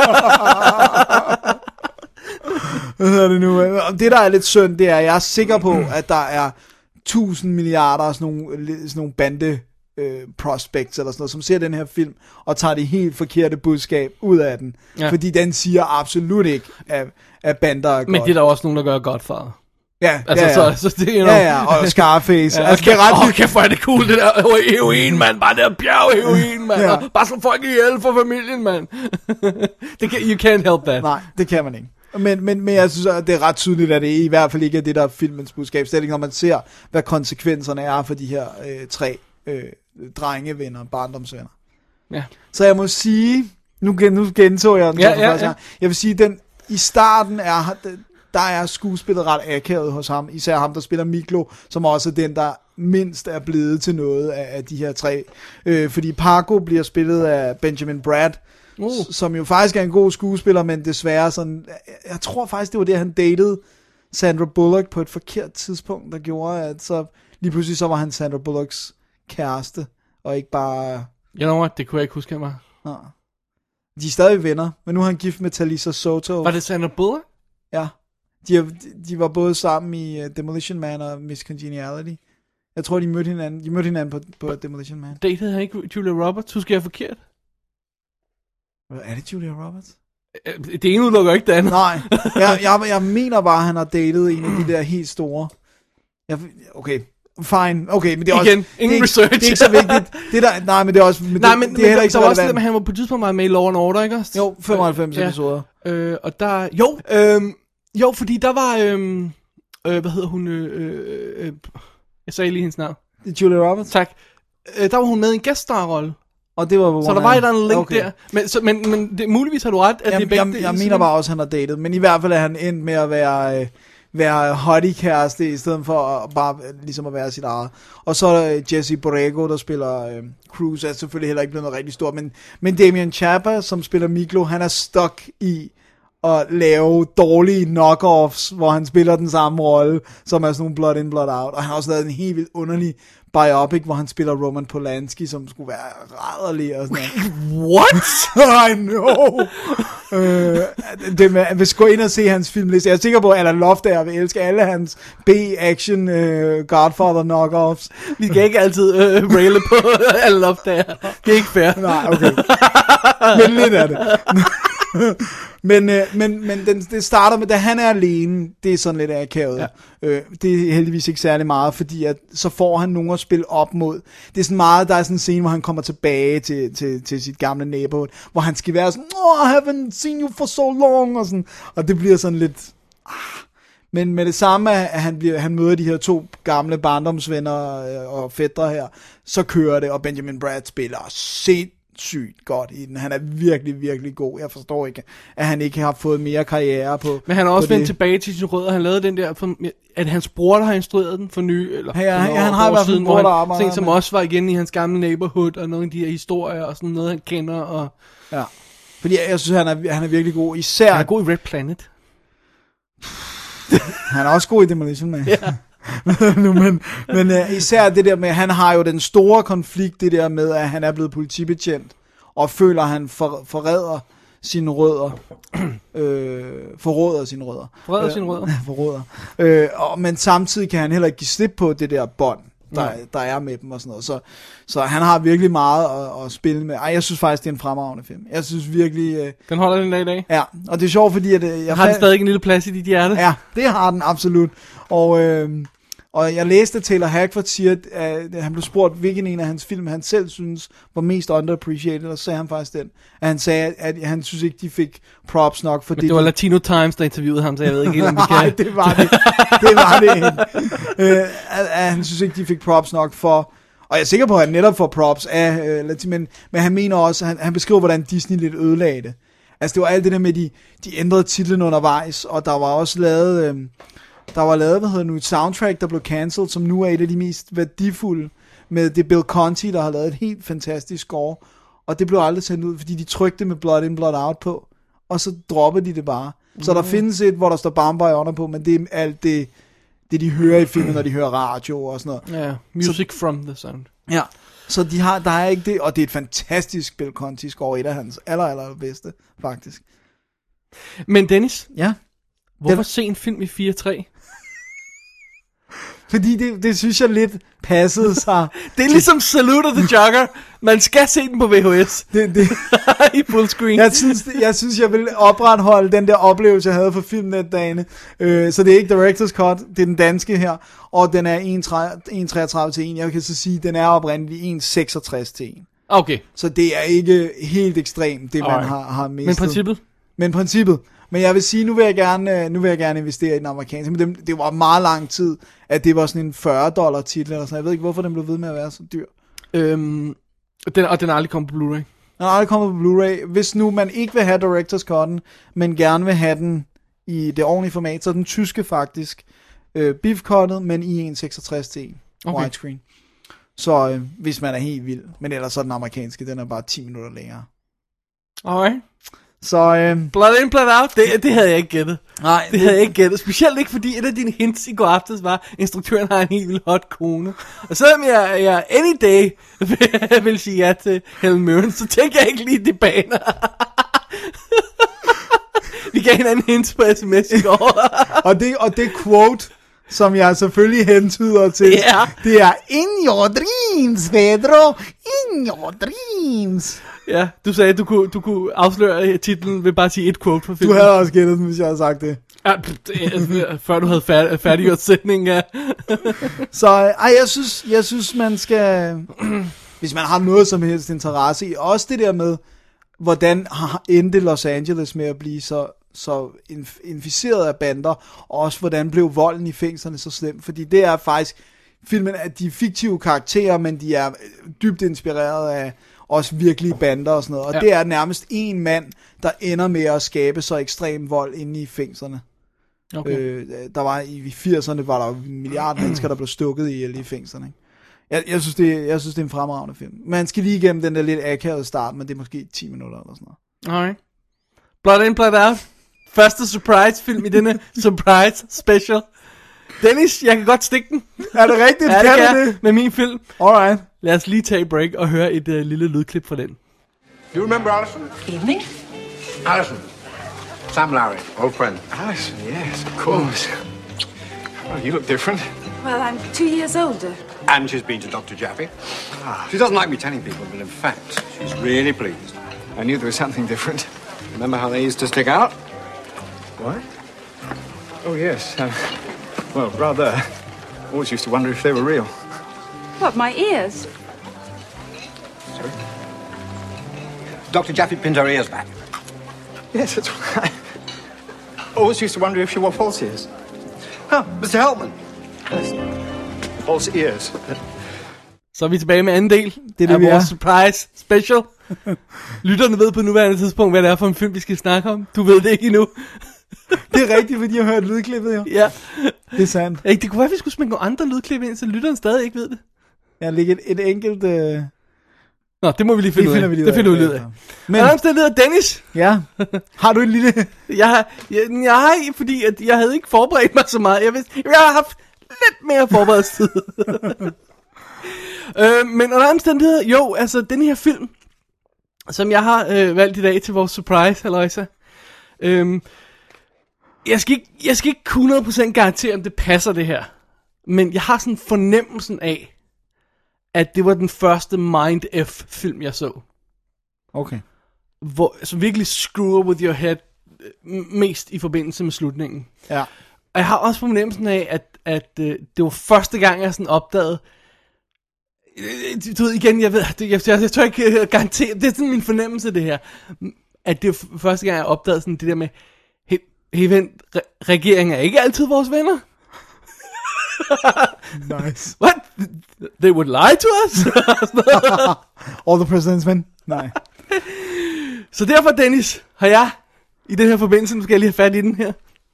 Hvad hedder det nu? Det der er lidt synd, det er, jeg er sikker på, at der er tusind milliarder af sådan nogle, sådan nogle bande øh, prospects eller sådan noget, som ser den her film og tager det helt forkerte budskab ud af den. Ja. Fordi den siger absolut ikke, at, at bander er godt. Men det er der også nogen, der gør Godfather. Ja, altså, ja, ja. Så, så det er jo... Ja, ja, og Scarface. Ja, altså, det er ret... Åh, kæft, hvor er det cool, det der heroin, mand. Bare det der bjerg heroin, mand. Ja. Bare slå folk ihjel for familien, mand. det kan, you can't help that. Nej, det kan man ikke. Men, men, men jeg synes, at det er ret tydeligt, at det i hvert fald ikke er det, der er filmens budskab. Slet ikke, når man ser, hvad konsekvenserne er for de her øh, tre øh, drengevenner, barndomsvenner. Ja. Så jeg må sige, nu, nu gentog jeg den. Ja, ja, ja. Jeg vil sige, den i starten er... Der er skuespillet ret akavet hos ham, især ham, der spiller Miklo, som også er den, der mindst er blevet til noget af, af de her tre. Øh, fordi Paco bliver spillet af Benjamin Bratt, uh. som jo faktisk er en god skuespiller, men desværre sådan... Jeg tror faktisk, det var det, han datede Sandra Bullock på et forkert tidspunkt, der gjorde, at så lige pludselig så var han Sandra Bullocks kæreste, og ikke bare... You know what, det kunne jeg ikke huske mig. Ja. De er stadig venner, men nu er han gift med Talisa Soto. Var det Sandra Bullock? Ja. De, de var både sammen i uh, Demolition Man og Miss Congeniality. Jeg tror, de mødte hinanden, de mødte hinanden på, på Demolition Man. Datede han ikke Julia Roberts? Husker jeg forkert? Er det Julia Roberts? Det ene udelukker ikke det andet. Nej, jeg, jeg, jeg mener bare, at han har datet en af de der helt store. Jeg, okay, fine. Okay, men det er også... Igen, ingen det, research. Det er ikke så vigtigt. Det der, nej, men det er også... Men nej, det, men, det er heller ikke så så også det, men han var på tidspunkt meget med i Law and Order, ikke også? Jo, femoghalvfems ja. episoder. Øh, og der... Jo, øh, jo, fordi der var... Øh, øh, hvad hedder hun? Øh, øh, øh, jeg sagde lige hendes navn. Det er Julia Roberts? Tak. Øh, der var hun med i en gæststarrolle. Og det var, så der var et eller andet link okay. der. Men, så, men, men det, muligvis har du ret, at Jamen, det er begge... Jeg, jeg mener bare også, at han har datet. Men i hvert fald er han endt med at være... Øh, være hottie-kæreste, i stedet for at bare ligesom at være sit eget. Og så er der Jesse Borrego, der spiller øh, Cruz, er selvfølgelig heller ikke blevet noget rigtig stort, men, men Damien Chapa, som spiller Miklo, han er stuck i at lave dårlige knock-offs, hvor han spiller den samme rolle, som er sådan nogle Blood In, Blood Out. Og han har også lavet en helt vildt underlig biopic, hvor han spiller Roman Polanski, som skulle være rædderlig og sådan noget. What? I know! øh, det med, hvis gå ind og se hans filmliste, jeg er sikker på, at Alan Loftager vil elske alle hans B-action uh, Godfather knockoffs. Vi skal ikke altid øh, raile på Alan Loftager. Det er ikke fair. Nej, okay. Men lidt af det. men øh, men, men den, det starter med, da han er alene, det er sådan lidt akavet. Ja. Øh, det er heldigvis ikke særlig meget, fordi at, så får han nogen at spille op mod. Det er sådan meget, der er sådan en scene, hvor han kommer tilbage til, til, til sit gamle neighborhood, hvor han skal være sådan, oh, I haven't seen you for so long, og sådan, og det bliver sådan lidt... Ah. Men med det samme, at han, bliver, han møder de her to gamle barndomsvenner og fætre her, så kører det, og Benjamin Bratt spiller sindssygt godt i den. Han er virkelig, virkelig god. Jeg forstår ikke, at han ikke har fået mere karriere på. Men han har også vendt tilbage til sin rødder. Han lavede den der, for, at hans bror, der har instrueret den for ny, eller ja, ja, for han har i hvert fald en bror, der arbejder med. Som også var igen i hans gamle neighborhood, og nogle af de her historier, og sådan noget, han kender. Og... Ja, fordi jeg, jeg synes, han er, han er virkelig god. Især... Han er god i Red Planet. Han er også god i Demolition Man. Ja. men men uh, især det der med, han har jo den store konflikt, det der med, at han er blevet politibetjent, og føler, at han for, forræder sine rødder. øh, forråder sine rødder. Forræder øh, sine rødder. forråder. Øh, og, men samtidig kan han heller ikke give slip på det der bånd, der, ja. der er med dem og sådan noget. Så, så han har virkelig meget at, at spille med. Ej, jeg synes faktisk, det er en fremragende film. Jeg synes virkelig... Øh, den holder den dag i dag. Ja, og det er sjovt, fordi... At, øh, jeg har den stadig en lille plads i dit hjerte? Ja, det har den absolut. Og, øh, og jeg læste, at Taylor Hackford siger, at, at han blev spurgt, hvilken en af hans film, han selv synes var mest underappreciated, og så sagde han faktisk den. At han sagde, at han synes ikke, de fik props nok. For Men det, det var de... Latino Times, der interviewede ham, så jeg ved ikke helt, om vi kan... Nej, det var det. Det var det ikke. øh, at, at han synes ikke, de fik props nok for... Og jeg er sikker på, at han netop får props af øh, Latino, men, men han mener også, han, han beskriver, hvordan Disney lidt ødelagde det. Altså, det var alt det der med, de, de ændrede titlen undervejs, og der var også lavet... Øh, Der var lavet, hvad hedder nu, et soundtrack, der blev cancelled, som nu er et af de mest værdifulde, med det Bill Conti, der har lavet et helt fantastisk score, og det blev aldrig sendt ud, fordi de trykte med Blood In, Blood Out på, og så droppede de det bare. Mm. Så der findes et, hvor der står Bound by Honor på, men det er alt det, det de hører i filmen, når de hører radio og sådan noget. Ja, yeah, music så, from the sound. Ja, så de har, der er ikke det, og det er et fantastisk Bill Conti score, et af hans aller, aller bedste, faktisk. Men Dennis? Ja? Hvorfor det... se en film i fire tre? Fordi det, det synes jeg lidt passede sig. Det er ligesom Salute of the Jugger. Man skal se den på V H S. Det, det. I fullscreen. Jeg synes, jeg synes, jeg vil opretholde den der oplevelse, jeg havde for filmnetdagene. Øh, så det er ikke Director's Cut, det er den danske her. Og den er en treogtredive til en. Jeg kan så sige, den er oprindeligt en seksogtres til en. Okay. Så det er ikke helt ekstremt, det man Alright. har, har mistet. Men princippet? Men princippet. Men jeg vil sige, nu vil jeg gerne, nu vil jeg gerne investere i den amerikanske. Men det, det var meget lang tid, at det var sådan en fyrre dollar titel eller sådan. Jeg ved ikke, hvorfor den blev ved med at være så dyr. Øhm, den, og den er aldrig kommet på Blu-ray? Den er aldrig kommet på Blu-ray. Hvis nu man ikke vil have Director's Cut'en, men gerne vil have den i det ordentlige format, så er den tyske faktisk øh, beef-cut'et, men i en seksogtres til en okay. widescreen. Så øh, hvis man er helt vild. Men ellers så den amerikanske, den er bare ti minutter længere. Alright. Så, øh, Blood In, Blood Out, det, det havde jeg ikke gættet. Nej, det, det havde jeg ikke gættet. Specielt ikke, fordi et af dine hints i går aftes var, at instruktøren har en helt vildt hot kone. Og selvom jeg, jeg any day vil, vil sige ja til Helen Mirren, så tænker jeg ikke lige de baner. Vi gav hinanden hints på sms i går. og, det, og det quote, som jeg selvfølgelig hentyder til, yeah. det er in your dreams, Pedro, in your dreams. Ja, du sagde, at du kunne, du kunne afsløre titlen ved bare at sige et quote fra filmen. Du havde også gættet den, hvis jeg havde sagt det. Ja, før du havde færd, færdiggjort sætningen, ja. Så ej, jeg synes, jeg synes, man skal, hvis man har noget som helst interesse i, også det der med, hvordan endte Los Angeles med at blive så, så inficeret af bander, og også hvordan blev volden i fængslerne så slem, fordi det er faktisk, filmen at de er fiktive karakterer, men de er dybt inspireret af også virkelige bander og sådan noget. Og ja. Det er nærmest en mand, der ender med at skabe så ekstrem vold inde i fængslerne. Okay. Øh, der var i firserne var der en milliard mennesker, der blev stukket ihjel i fængslerne. Ikke? Jeg, jeg, synes, det, jeg synes, det er en fremragende film. Man skal lige igennem den der lidt akavede start, men det er måske ti minutter eller sådan noget. Alright. Blood In, Blood Out. første surprise-film i denne surprise special. Dennis, jeg kan godt stikke den. Er det rigtigt? Ja, det kan kan du jeg det? med min film. Alright. Lad os lige tage et break og høre et uh, lille lydklip fra den. Do you remember Alison? Evening. Alison. Sam Larry, old friend. Alison, yes, of course. Well, you look different. Well, I'm two years older. And she's been to Doctor Jaffe. She doesn't like me telling people, but in fact, she's really pleased. I knew there was something different. Remember how they used to stick out? What? Oh, yes. Uh, well, rather. Always used to wonder if they were real. What, my ears? Sorry? Doctor Jaffe pinned her ears back. Yes, that's right. Always used to wonder if she wore false ears. Oh, mister Heltman. Yes. False ears. Så er vi tilbage med anden del det, af vi vores er. surprise special. Lytterne ved på nuværende tidspunkt, hvad det er for en film, vi skal snakke om. Du ved det ikke endnu. Det er rigtigt, fordi jeg har hørt lydklippet, jo. Ja. Det er sandt. Ikke, det kunne være, at vi skulle smække nogle andre lydklip ind, så lytteren stadig ikke ved det. Jeg lægger et, et enkelt... Øh... Nå, det må vi lige finde Det ud af. finder vi lige det ud finder af. vi lige ud af. Men- Men omstændigheder, Dennis. Ja. Har du en lille... Jeg har, jeg, jeg har ikke, fordi at jeg havde ikke forberedt mig så meget. Jeg, vidste, jeg har haft lidt mere forberedelsestid. øh, men under omstændigheder, jo, altså den her film, som jeg har øh, valgt i dag til vores surprise, halløjsa. Øh, jeg, skal ikke, jeg skal ikke hundrede procent garantere, om det passer det her. Men jeg har sådan fornemmelsen af, at det var den første Mind F-film, jeg så. Okay. Hvor, som virkelig screwer with your head, m- mest i forbindelse med slutningen. Ja. Og jeg har også fornemmelsen af, at, at øh, det var første gang, jeg sådan opdagede, øh, du ved igen, jeg ved, det, jeg, jeg, jeg tør ikke garantere, det er sådan min fornemmelse det her, at det var f- første gang, jeg opdagede sådan det der med, hey, hey vent, re- regeringen er ikke altid vores venner. Nice. What? They would lie to us? All the President's Men? Nej. Så derfor, Dennis, har jeg i den her forbindelse, nu skal jeg lige have fat i den her,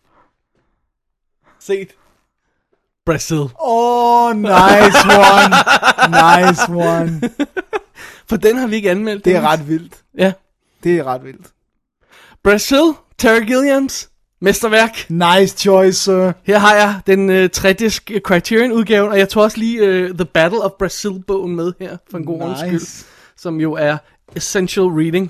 set Brazil. Oh, nice one. Nice one. For den har vi ikke anmeldt. Det er Dennis. ret vildt. Ja. Det er ret vildt. Brazil, Terry Gilliams, mesterværk. Nice choice, sir. Her har jeg den øh, tre-disk Criterion-udgaven, og jeg tog også lige øh, The Battle of Brazil-bogen med her, for en god ordens Nice. skyld, som jo er essential reading.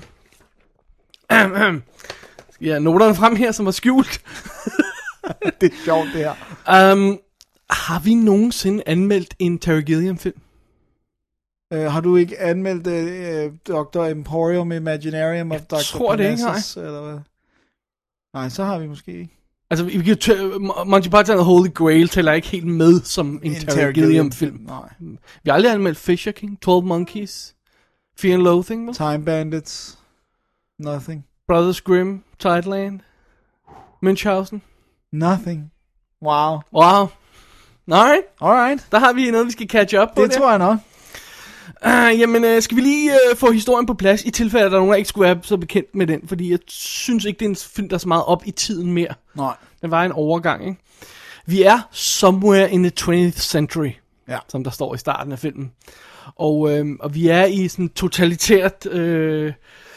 Ja, noterne frem her, som var skjult. Det er sjovt, det her. um, har vi nogensinde anmeldt en Terry Gilliam-film? Uh, har du ikke anmeldt uh, doktor Emporium Imaginarium of doktor tror det ikke, Parnassus, eller hvad? Nej, så har vi måske ikke. Altså, vi kan t- Monty Python og Holy Grail tæller ikke helt med som en, en Terry Gilliam-film. Nej. Vi har aldrig anmeldt Fisher King, twelve Monkeys, Fear and Loathing, vel? Time Bandits. Nothing. Brothers Grimm, Tideland, Münchhausen. Nothing. Wow. Wow. Alright, Alright. der har vi noget, vi skal catch up på. Det der. tror jeg nok. Uh, jamen, uh, skal vi lige uh, få historien på plads, i tilfælde, at der er nogen, der ikke skulle være så bekendt med den, fordi jeg synes ikke, det er en film, der er så meget op i tiden mere. Nej. Den var en overgang, ikke? Vi er somewhere in the twentieth century, Ja. som der står i starten af filmen. Og, øh, og vi er i sådan totalitært, øh,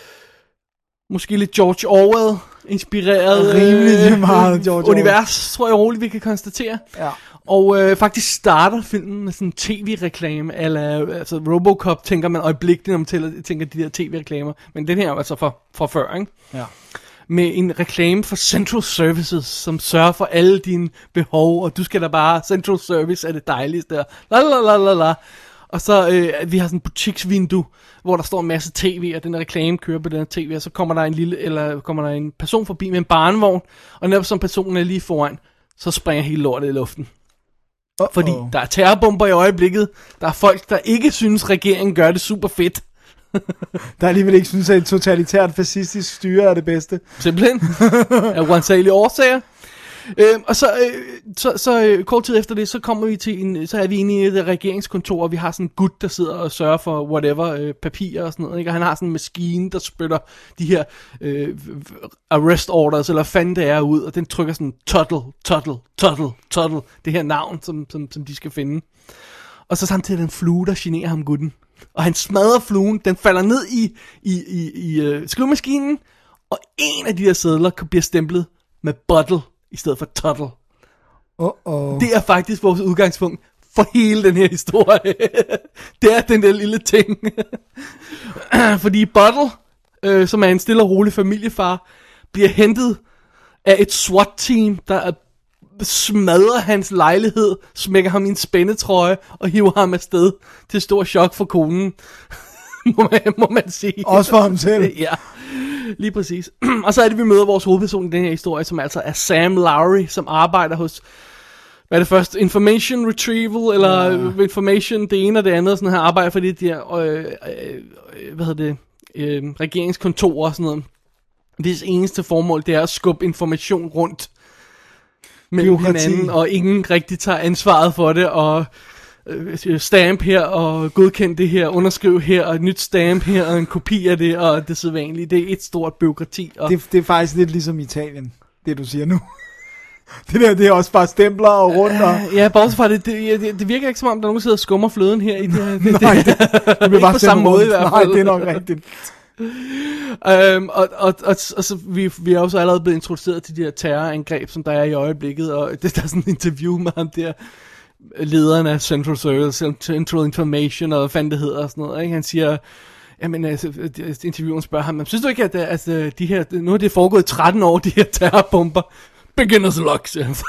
måske lidt George Orwell-inspireret Rimelig meget George Orwell. univers, tror jeg roligt, vi kan konstatere. Ja. Og øh, faktisk starter filmen med sådan en tv-reklame, eller altså Robocop, tænker man øjeblikkeligt, når man tæller, tænker de der tv-reklamer. Men den her er jo altså fra, fra før, ikke? Ja. Med en reklame for Central Services, som sørger for alle dine behov, og du skal da bare, Central Service er det dejligste, og la la la la la. Og så, øh, vi har sådan en butiksvindue, hvor der står en masse tv, og den her reklame kører på den her tv, og så kommer der en lille, eller kommer der en person forbi med en barnevogn, og netop som personen er lige foran, så springer hele lortet i luften. Uh-oh. Fordi der er terrorbomber i øjeblikket, der er folk, der ikke synes, regeringen gør det super fedt. Der alligevel ikke synes, at et totalitært fascistisk styre er det bedste. Simpelthen. Af uansagelige årsager. Øh, og så, øh, så, så øh, kort tid efter det, så kommer vi til en, så er vi inde i et regeringskontor, og vi har sådan en gut, der sidder og sørger for whatever, øh, papirer og sådan noget, ikke? Og han har sådan en maskine, der spytter de her øh, arrest orders, eller fanden det er ud, og den trykker sådan, Tuttle, Tuttle, Tuttle, Tuttle, det her navn, som, som, som de skal finde. Og så samtidig er der en flue, der generer ham gutten. Og han smadrer fluen, den falder ned i, i, i, i øh, skrivemaskinen, og en af de der sedler bliver stemplet med bottle i stedet for tuttle. Uh-oh. Det er faktisk vores udgangspunkt for hele den her historie. Det er den der lille ting. Fordi Bottle, øh, som er en stille og rolig familiefar, bliver hentet af et SWAT-team, der smadrer hans lejlighed, smækker ham i en spændetrøje og hiver ham afsted til stor chok for konen. må, man, må man sige. Også for ham selv. Ja, lige præcis. Og så er det, vi møder vores hovedperson i den her historie, som altså er Sam Lowry, som arbejder hos, hvad er det først, Information Retrieval, eller ja. Information, det ene og det andet, sådan her arbejder for det der, øh, øh, hvad hedder det, øh, regeringskontor og sådan noget. Det eneste formål, det er at skubbe information rundt mellem hinanden, og ingen rigtig tager ansvaret for det, og øh, stamp her, og godkend det her, underskriv her, og et nyt stamp her, og en kopi af det, og det sædvanlige. Det er et stort bureaukrati. Og det, det er faktisk lidt ligesom Italien, det du siger nu. Det der, det er også bare stempler og rundt og... Ja, bortset fra det, det, det, det virker ikke som om, der er nogen, der sidder og skummer fløden her i det her. Det, Nej, det, det, det bliver bare på samme måde i hvert fald. Nej, det er nok rigtigt. um, og, og, og, og så vi, vi er jo så allerede blevet introduceret til de her terrorangreb, som der er i øjeblikket, og det, der er sådan en interview med ham der, lederen af Central Service, Central Information, og hvad fanden det hedder og sådan noget, ikke? Han siger... Jamen, altså, interviewen spørger ham, synes du ikke, at altså, de her, nu er det foregået tretten år, de her terrorbomber? Beginner's luck, siger han.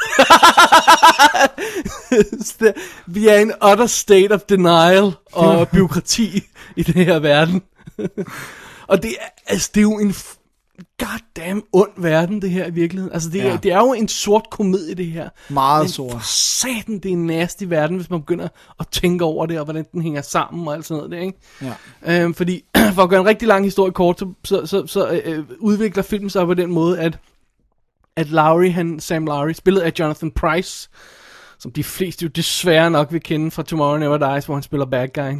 Vi er i en utter state of denial og bureaukrati i den her verden. Og det er, altså, det er jo en goddamn ond verden, det her i virkeligheden. Altså, det, ja. er, det er jo en sort komedie, det her. Meget men sort. For satan, det er en nasty verden, hvis man begynder at tænke over det, og hvordan den hænger sammen og alt sådan noget, det, ikke? Ja. Øhm, fordi, for at gøre en rigtig lang historie kort, så, så, så, så øh, udvikler filmen sig på den måde, at at Lowry, han, Sam Lowry, spillet af Jonathan Pryce, som de fleste jo desværre nok vil kende fra Tomorrow Never Dies, hvor han spiller bad guy.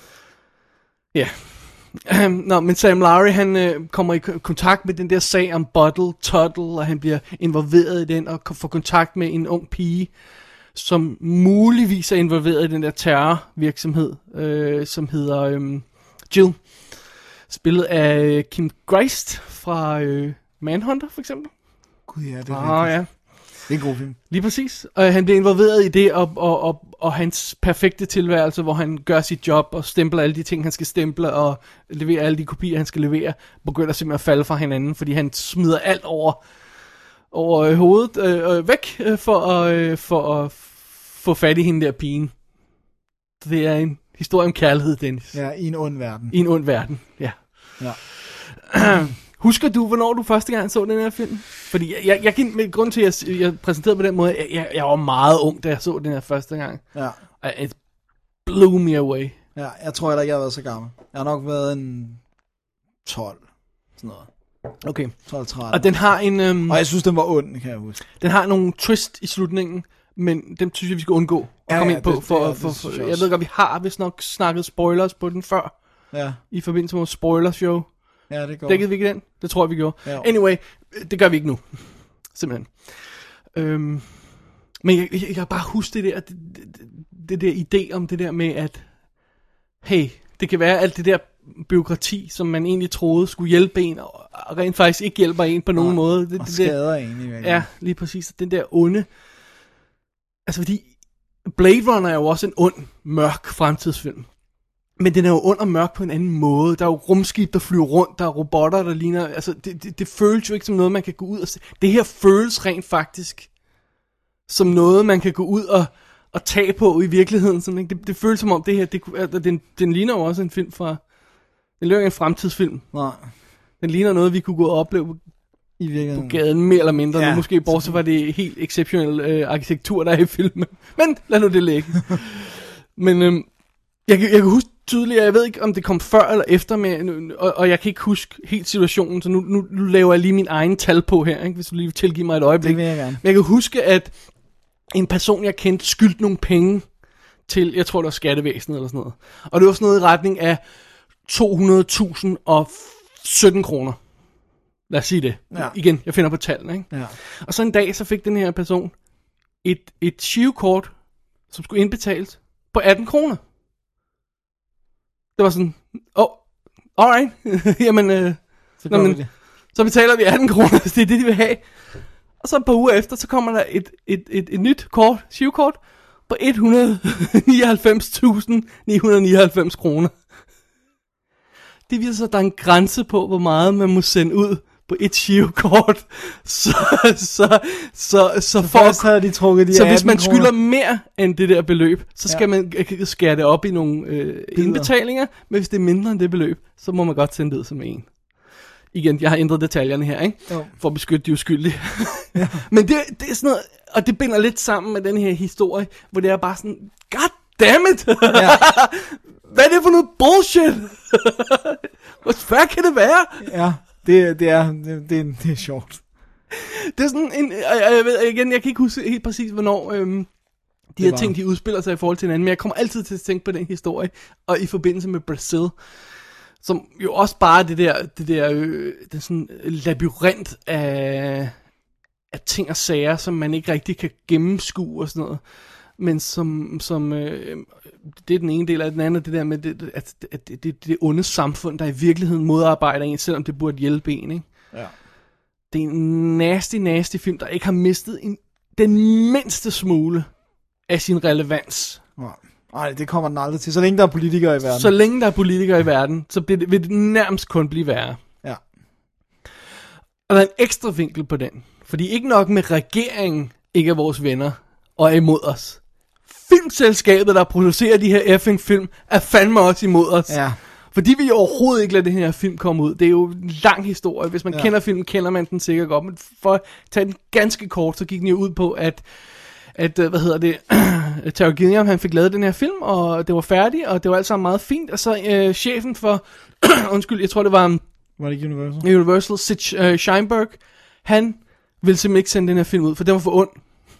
Ja. Yeah. Nå, men Sam Lowry, han øh, kommer i kontakt med den der sag om Bottle, Tuttle, og han bliver involveret i den, og får kontakt med en ung pige, som muligvis er involveret i den der terrorvirksomhed, øh, som hedder øh, Jill. Spillet af Kim Greist fra øh, Manhunter, for eksempel. Gud ja, det er ah, ja. Det er en god film. Lige præcis. Og han bliver involveret i det, og, og, og, og hans perfekte tilværelse, hvor han gør sit job, og stempler alle de ting, han skal stemple, og leverer alle de kopier, han skal levere, begynder simpelthen at falde fra hinanden, fordi han smider alt over, over hovedet øh, væk, øh, for, at, øh, for at få fat i hende der pigen. Det er en historie om kærlighed, Dennis. Ja, i en ond verden. I en ond verden, ja. Ja. Husker du, hvornår du første gang så den her film? Fordi jeg, jeg, jeg med grund til, at jeg, jeg præsenterede på den måde, jeg, jeg, jeg var meget ung, da jeg så den her første gang. Ja. Og it blew me away. Ja, jeg tror heller ikke, jeg har været så gammel. Jeg har nok været en tolv, sådan noget. Okay. tolv tretten. Og den har en... Um, og jeg synes, den var ond, kan jeg huske. Den har nogle twist i slutningen, men dem synes jeg, vi skal undgå at ja, komme ja, ind på. Det, for, det, for, det, for, det for jeg, jeg ved godt, vi har vist nok snakket spoilers på den før. Ja. I forbindelse med vores spoilershow. Ja, det går. Dækkede vi ikke den? Det tror jeg, vi gjorde. Ja. Anyway, det gør vi ikke nu. Simpelthen. Øhm, men jeg, jeg, jeg kan bare huske det der, det, det, det der idé om det der med, at hey, det kan være alt det der bureaukrati, som man egentlig troede skulle hjælpe en, og rent faktisk ikke hjælper en på nogen Nej, måde. Det, og det skader der, en i virkeligheden. Ja, lige præcis. Den der onde. Altså fordi Blade Runner er jo også en ond, mørk fremtidsfilm. Men den er jo ond og mørk på en anden måde. Der er jo rumskib, der flyver rundt. Der er robotter, der ligner... Altså, det, det, det føles jo ikke som noget, man kan gå ud og se. Det her føles rent faktisk som noget, man kan gå ud og, og tage på i virkeligheden. Sådan, ikke? Det, det føles som om det her... Det, altså, den, den ligner jo også en film fra... Den ligner en fremtidsfilm. Nej. Den ligner noget, vi kunne gå og opleve i virkeligheden. På gaden, mere eller mindre. Ja. Nu måske bortset var det helt exceptionel øh, arkitektur, der er i filmen. Men lad nu det ligge. Men øhm, jeg, jeg kan huske tydeligt, jeg ved ikke, om det kom før eller efter, med, og, og jeg kan ikke huske helt situationen, så nu, nu, nu laver jeg lige min egen tal på her, ikke, hvis du lige vil tilgive mig et øjeblik. Det vil jeg gerne. Men jeg kan huske, at en person, jeg kendte, skyldte nogle penge til, jeg tror, det var skattevæsenet eller sådan noget. Og det var sådan noget i retning af to hundrede tusind og sytten kroner. Lad os sige det. Ja. Igen, jeg finder på tallene, ikke? Ja. Og så en dag, så fik den her person et, et girokort, som skulle indbetales på atten kroner. Det var sådan, åh, oh, alright, jamen, øh, så, nå, men, det. så betaler vi atten kroner, hvis det er det, de vil have. Og så et par uger efter, så kommer der et, et, et, et nyt kort, Shiv-kort, på et hundrede nioghalvfems tusind ni hundrede nioghalvfems kroner. Det viser sig, at der er en grænse på, hvor meget man må sende ud på et Shiv-kort. Så, så, så, så, for, først havde de trukket de så hvis man kroner. skylder mere end det der beløb, så skal Ja. man øh, skære det op i nogle øh, indbetalinger. Men hvis det er mindre end det beløb, så må man godt sende det ud som en. Igen, jeg har ændret detaljerne her, ikke? Jo. For at beskytte de uskyldige. Ja. Men det, det er sådan noget, og det binder lidt sammen med den her historie, hvor det er bare sådan, god damn it! Ja. Hvad er det for noget bullshit? Hvor svært kan det være? Ja, det, det, er, det, det, er, det er sjovt. Det er sådan en, jeg, jeg ved igen, jeg kan ikke huske helt præcis, hvornår øhm, de her var- ting, de udspiller sig i forhold til hinanden, men jeg kommer altid til at tænke på den historie, og i forbindelse med Brazil, som jo også bare det der, det der, øh, det sådan labyrint af, af ting og sager, som man ikke rigtig kan gennemskue og sådan noget, men som, som øh, det er den ene del af den anden, det der med, det, at, at det, det, det onde samfund, der i virkeligheden modarbejder en, selvom det burde hjælpe en, ikke? Ja. Det er en nasty, nasty film, der ikke har mistet en, den mindste smule af sin relevans. Nej, det kommer den aldrig til. Så længe der er politikere i verden. Så længe der er politikere i verden, så bliver det, vil det nærmest kun blive værre. Ja. Og der er en ekstra vinkel på den. Fordi ikke nok med regeringen ikke er vores venner og er imod os. Filmselskabet, der producerer de her effing film, er fandme også imod os. Ja. Fordi vi overhovedet ikke lader den her film komme ud. Det er jo en lang historie. Hvis man Ja. ja. kender filmen, kender man den sikkert godt. Men for at tage den ganske kort, så gik den jo ud på, at, at hvad hedder det, Terry Gilliam, han fik lavet den her film, og det var færdigt, og det var alt sammen meget fint. Og så øh, chefen for, undskyld, jeg tror det var Var det ikke Universal? Universal, Sid uh, Sheinberg, han ville simpelthen ikke sende den her film ud, for den var for ond.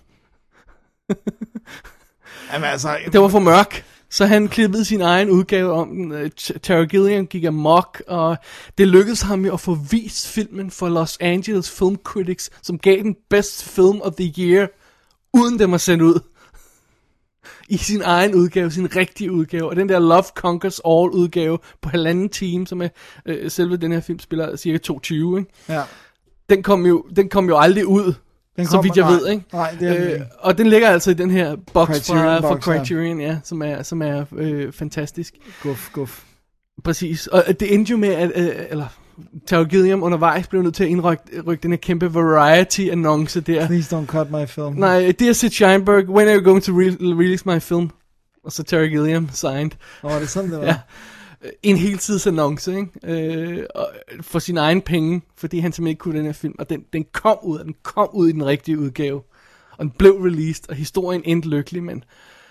Jamen altså... Det var for mørk. Så han klippede sin egen udgave om den. Uh, Terry Gilliam gik amok, og det lykkedes ham jo at få vist filmen for Los Angeles Film Critics, som gav den Best Film of the Year, uden den var sendt ud. I sin egen udgave, sin rigtige udgave. Og den der Love Conquers All udgave på halvanden time, som er øh, selve den her film spiller cirka to tyve, ikke? Ja. Den kom jo, den kom jo aldrig ud, Den så kommer- vidt jeg nej, ved, ikke? nej, det er den øh, ikke. og den ligger altså i den her box Criterion fra, fra box, ja. Criterion, ja, som er, som er øh, fantastisk. Guf, guf. Præcis, og det endte jo med, at, øh, eller Terry Gilliam undervejs blev nødt til at indrykke rykke den her kæmpe Variety-annonce der. Please don't cut my film. Nej, dear Sid Sheinberg, when are you going to re- release my film? Og så Terry Gilliam signed. Åh, oh, det er sådan, det var. Ja. En heltidsannonce, ikke? Øh, og for sin egen penge, fordi han simpelthen ikke kunne den her film. Og den, den kom ud, og den kom ud i den rigtige udgave. Og den blev released, og historien endte lykkelig, men...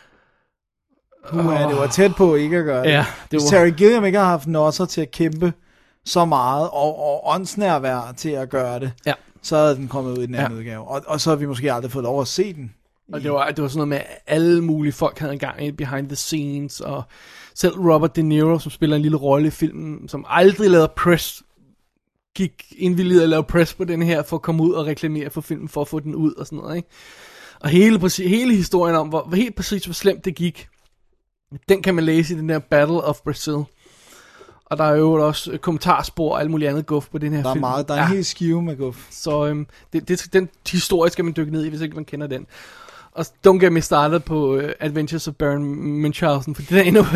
Uh, ja, det var tæt på ikke at gøre det. Ja, det Hvis var- Terry Gilliam ikke har haft nosser til at kæmpe så meget, og, og åndsnærvær til at gøre det, Ja. så havde den kommet ud i den anden Ja. udgave. Og, og så havde vi måske aldrig fået lov at se den. Og det var, det var sådan noget med, at alle mulige folk havde en gang i behind the scenes, og selv Robert De Niro, som spiller en lille rolle i filmen, som aldrig lavede press, gik indvilliget at lave press på den her, for at komme ud og reklamere for filmen, for at få den ud og sådan noget, ikke? Og hele, præcis, hele historien om, hvor, hvor helt præcis hvor slemt det gik, den kan man læse i den der Battle of Brazil. Og der er jo også kommentarspor og alt muligt andet guf på den her Der er film. meget, der er en helt skive med guf. Så øhm, det, det, den historie skal man dykke ned i, hvis ikke man kender den. Og don't get me started på uh, Adventures of Baron Munchausen, for det er endnu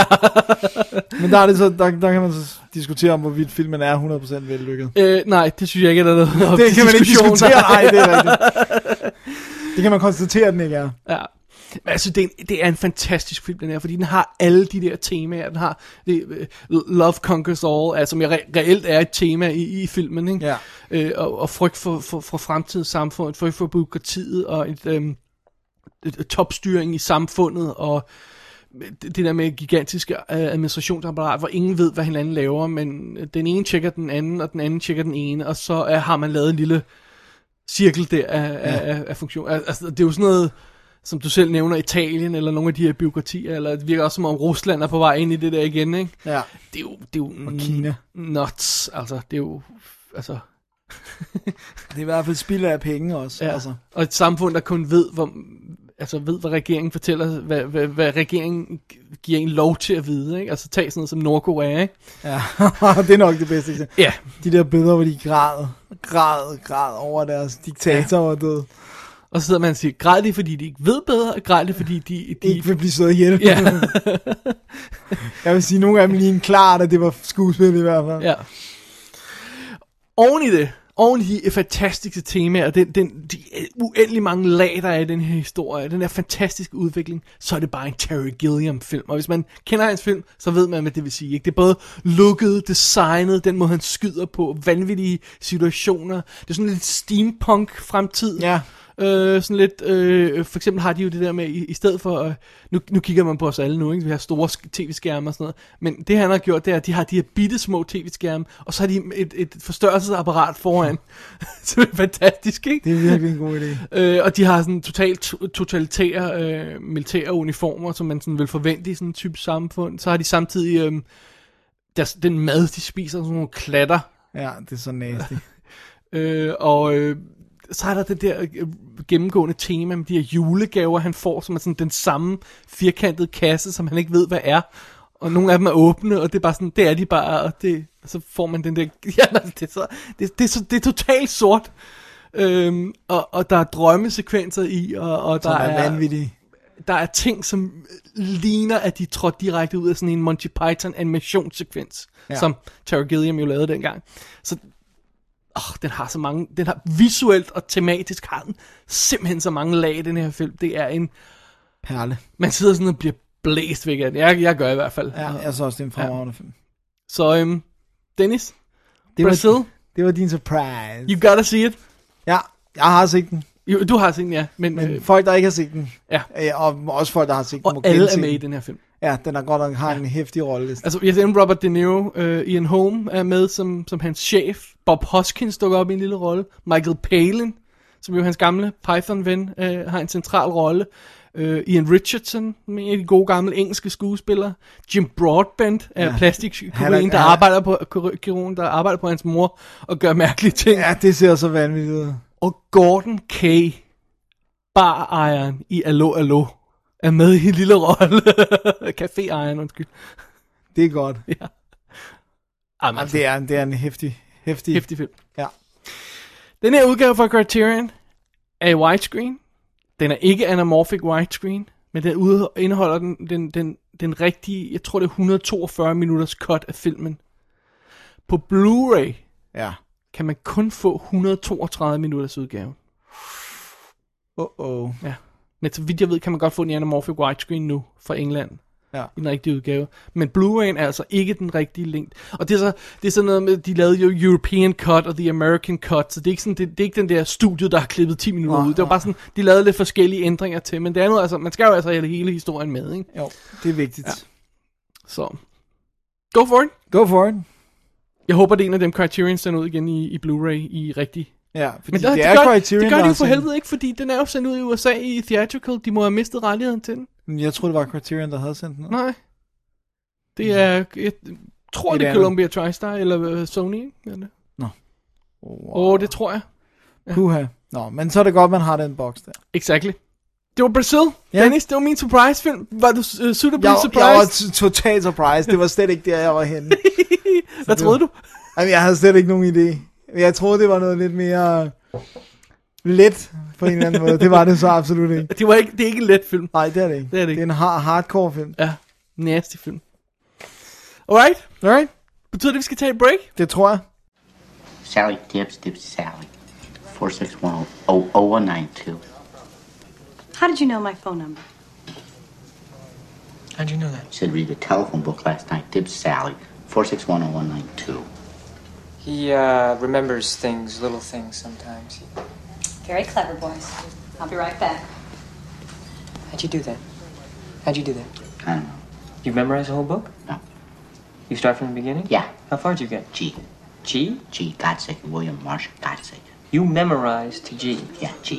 Men der, er det så, der, der kan man så diskutere om, hvorvidt filmen er hundrede procent vellykket. øh, Nej, det synes jeg ikke er der noget op Det til kan man ikke diskussion. diskutere, nej, det er rigtigt. Det kan man konstatere, at den ikke er. Ja. Men altså, det er, en, det er en fantastisk film, den her, fordi den har alle de der temaer. Den har det, uh, Love Conquers All, altså, som jeg re- reelt er et tema i, i filmen, ikke? Ja. Øh, og, og frygt for, for, for fremtidens samfund, frygt for bureaukratiet, og et, øhm, et, et topstyring i samfundet, og det, det der med gigantiske øh, administrationsapparat, hvor ingen ved, hvad hinanden laver, men den ene tjekker den anden, og den anden tjekker den ene, og så øh, har man lavet en lille cirkel der af, ja. af, af funktion. Altså, det er jo sådan noget, som du selv nævner, Italien, eller nogle af de her byråkratier, eller det virker også som om Rusland er på vej ind i det der igen, ikke? Ja. Det er jo, det er jo Og Kina. nuts, altså, det er jo, altså... Det er i hvert fald spild af penge også. Ja. Altså. Og et samfund, der kun ved, hvor, altså ved, hvad regeringen fortæller, hvad, hvad, hvad regeringen giver en lov til at vide, ikke? Altså tag sådan noget som Nordkorea, ikke? Ja, det er nok det bedste eksempel. Ja. De der billeder, hvor de græder. græd, græd over deres diktator var død. Og så sidder man og siger, græd de, fordi de ikke ved bedre, græd de, fordi de... de... Ikke vil blive slået ihjel. Ja. Jeg vil sige, nogle af dem lige en klart, at det var skuespil i hvert fald. Ja. Oven i det, oven i de fantastiske temaer, den, den, de uendelig mange lag, der er i den her historie, den der fantastiske udvikling, så er det bare en Terry Gilliam-film. Og hvis man kender hans film, så ved man, hvad det vil sige. Ikke? Det er både looket, designet, den måde han skyder på, vanvittige situationer. Det er sådan lidt steampunk-fremtid. Ja. Øh, sådan lidt, øh, for eksempel har de jo det der med, i, i stedet for, øh, nu, nu kigger man på os alle nu, ikke? Vi har store tv-skærme og sådan noget, men det han har gjort, det er, at de har de her bitte små tv-skærme, og så har de et, et forstørrelsesapparat foran, så det er fantastisk, ikke? Det er virkelig en god idé. Øh, og de har sådan totalt totalitære øh, militære uniformer, som man sådan vil forvente i sådan en type samfund. Så har de samtidig, øh, deres, den mad, de spiser, sådan nogle klatter. Ja, det er så nasty. øh, og... Øh, så er der det der gennemgående tema med de her julegaver, han får, som er sådan den samme firkantede kasse, som han ikke ved, hvad er. Og nogle af dem er åbne, og det er bare sådan, det er de bare, og, det, og så får man den der, ja, det er, så, det, det er, så, det er totalt sort. Øhm, og, og der er drømmesekvenser i, og, og der er, er, vanvittige. Der er ting, som ligner, at de trådte direkte ud af sådan en Monty Python animationssekvens, ja. Som Terry Gilliam jo lavede dengang. Så Oh, den har så mange, den har visuelt og tematisk har den simpelthen så mange lag i den her film. Det er en perle. Man sidder sådan og bliver blæst væk af den. Jeg, jeg gør i hvert fald. Ja, jeg synes også, det er en fremragende ja. film. Så øhm, Dennis, det Brazil. Var, det var din surprise. You gotta see it. Ja, jeg har set den. Jo, du har set den, ja. Men, men øh, folk, der ikke har set den. Ja. Øh, og også folk, der har set den. Og alle er med i den her film. Ja, den er godt nok har ja. en hæftig rolle. Altså, jeg ser Robert De Niro, øh, Ian Holm er med som, som hans chef. Bob Hoskins dukker op i en lille rolle. Michael Palin, som jo hans gamle Python-ven, øh, har en central rolle. Øh, Ian Richardson, en af de gode gamle engelske skuespillere. Jim Broadbent er ja. plastikkirurgen, der, arbejder på, kirurgen, der arbejder på hans mor og gør mærkelige ting. Ja, det ser så vanvittigt ud. Og Gordon Kay, bar-ejeren i Allo Allo, er med i en lille rolle. Café-ejeren, undskyld. Det er godt. Ja. Jamen, altså, det, er, det er en hæftig, hæftig... hæftig film. Ja. Den her udgave fra Criterion er i widescreen. Den er ikke anamorphic widescreen, men den indeholder den, den, den, den rigtige, jeg tror det er et hundrede og toogfyrre minutters cut af filmen. På Blu-ray ja. kan man kun få et hundrede og toogtredive minutters udgave. Åh, oh, oh. Ja. Men så vidt jeg ved, kan man godt få den i anamorphic widescreen nu fra England. Ja. I den rigtige udgave. Men Blu-ray'en er altså ikke den rigtige længde. Og det er, så, det er sådan noget med, de lavede jo European Cut og The American Cut, så det er ikke, sådan, det, det er ikke den der studie, der har klippet ti minutter oh, ud. Det var oh. bare sådan, de lavede lidt forskellige ændringer til, men det er noget, altså, man skal jo altså have hele historien med, ikke? Jo, det er vigtigt. Ja. Så, go for it. Go for it. Jeg håber, det er en af dem Criterion sender ud igen i, i Blu-ray i rigtig... Ja, fordi men der, det er gør, Criterion, det gør de jo for sendt... helvede ikke, fordi den er jo sendt ud i U S A i theatrical. De må have mistet rettigheden til den. Men jeg troede, det var Criterion, der havde sendt den. Nej. Det er, jeg tror, det, det er Columbia TriStar, eller uh, Sony, eller? Nå. Åh, oh, det tror jeg. Ja. Puha. Nå, men så er det godt, man har den boks der. Exactly. Det var Brazil. Ja. Dennis, det var min surprise-film. Var du uh, suitably jeg, surprised? Jeg var t- totalt surprised. Det var slet ikke der, jeg var henne. Hvad troede du? Jamen, jeg havde slet ikke nogen idé. Jeg troede, det var noget lidt mere let på en eller anden måde. Det var det så absolut ikke. Det, var ikke, det er ikke en let film. Nej, det er det ikke. Det er, det ikke. Det er en hard, hardcore film. Ja, nasty film. Alright, alright. Betyder det, vi skal tage et break? Det tror jeg. Sally Dibbs, Dibbs Sally. four six one zero zero one nine two. How did you know my phone number? How'd you know that? Said read the telephone book last night. Dibbs Sally. four six one zero one nine two. He uh, remembers things, little things sometimes. He... Very clever, boys. I'll be right back. How'd you do that? How'd you do that? I don't know. You memorize the whole book? No. You start from the beginning? Yeah. How far did you get? G. G? G, Godsacre, William Marshall, Godsacre. You memorized to G? Yeah, G.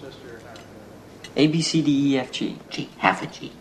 A, B, C, D, E, F, G. G, half a G.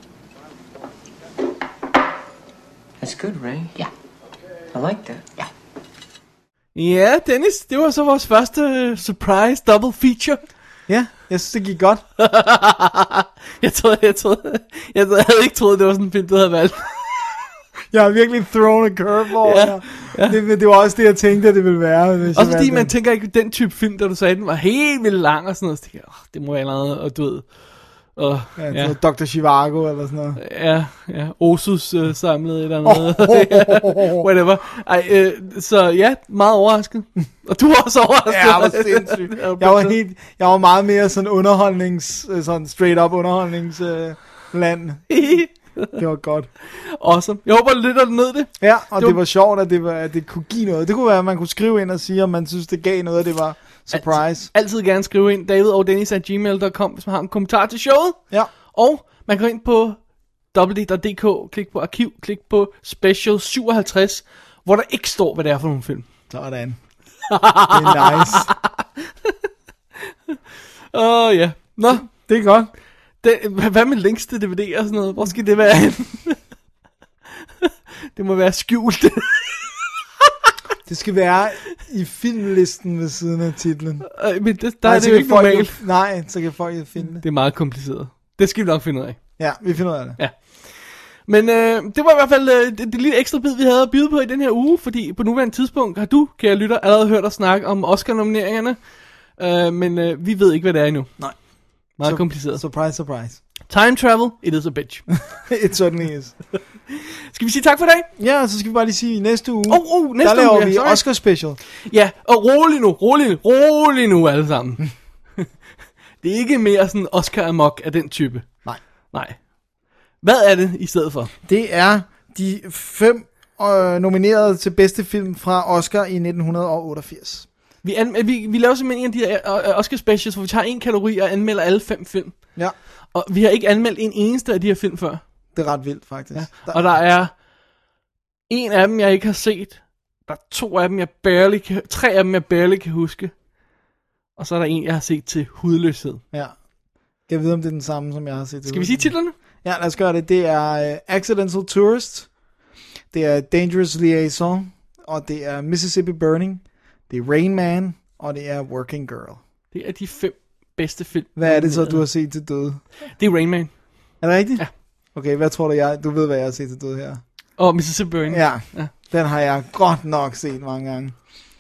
That's good, Ray. Yeah. I like that. Yeah. Ja, Dennis, det var så vores første surprise double feature. Ja, jeg synes, det gik godt. jeg troede, jeg troede, jeg havde ikke troet, det var sådan en film, du havde valgt. Jeg har virkelig thrown a curveball. Ja, ja. Det, det var også det, jeg tænkte, at det ville være. Hvis også jeg fordi man den. tænker ikke, den type film, der du sagde, den var helt vildt lang og sådan noget. Så tænker jeg, oh, det må være noget, og du ved... Og, ja, ja. doktor Zhivago eller sådan noget. Ja, ja. Osus øh, samlet eller noget. Oh. Whatever. Ej, øh, så ja, meget overrasket. Og du var også overrasket. Ja, jeg var sindssygt. Jeg var, helt, jeg var meget mere sådan underholdnings... Sådan straight up underholdningsland. Øh, det var godt. Awesome. Jeg håber, du lytter ned det. Ja, og det det var sjovt, at det, var, at det kunne give noget. Det kunne være, at man kunne skrive ind og sige, om man synes, det gav noget, det var surprise. Altid, altid gerne skrive ind, david og dennis at gmail punktum com, hvis man har en kommentar til showet. Ja. Og man kan gå ind på w w w punktum d k, klik på arkiv, klik på special syvoghalvtreds, hvor der ikke står, hvad det er for nogle film. Sådan. Det er nice. Åh, oh, ja. Yeah. Nå. Det er godt. Det, hvad med links til D V D og sådan noget? Hvor skal det være henne? Det må være skjult. Det skal være i filmlisten ved siden af titlen. Øh, men det, der nej, er det jo ikke normalt. Jo, nej, så kan folk jo finde det. Det er meget kompliceret. Det skal vi nok finde ud af. Ja, vi finder ud af det. Ja. Men øh, det var i hvert fald øh, det, det lille ekstra bid, vi havde at byde på i den her uge, fordi på nuværende tidspunkt har du, kære lytter, allerede hørt os snakke om Oscar-nomineringerne, øh, men øh, vi ved ikke, hvad det er endnu. Nej. Meget Sur- kompliceret. Surprise, surprise. Time travel, it is a bitch. It certainly is. Skal vi sige tak for i dag? Ja, så skal vi bare lige sige, næste uge, oh, oh, næste der laver uge, ja, vi sorry. Oscar special. Ja, og rolig nu, rolig nu, rolig nu alle sammen. Det er ikke mere sådan Oscar amok af den type. Nej. Nej. Hvad er det i stedet for? Det er de fem øh, nominerede til bedste film fra Oscar i nitten otteogfirs. Vi, an, vi, vi laver simpelthen en af de her uh, Oscar specials, hvor vi tager en kategori og anmelder alle fem film. Ja. Og vi har ikke anmeldt en eneste af de her film før. Det er ret vildt, faktisk. Ja. Der... Og der er en af dem, jeg ikke har set. Der er to af dem, jeg barely kan... Tre af dem, jeg barely kan huske. Og så er der en, jeg har set til hudløshed. Ja. Kan jeg vide, om det er den samme, som jeg har set til Skal vi sige titlerne? Ja, lad os gøre det. Det er uh, Accidental Tourist. Det er Dangerous Liaison. Og det er Mississippi Burning. Det er Rain Man. Og det er Working Girl. Det er de fem bedste film. Hvad er det så, du har set til døde? Det er Rain Man. Er det rigtigt? Ja. Okay, hvad tror du, jeg... Du ved, hvad jeg har set til døde her. Og Mississippi Burning. Ja, ja, den har jeg godt nok set mange gange.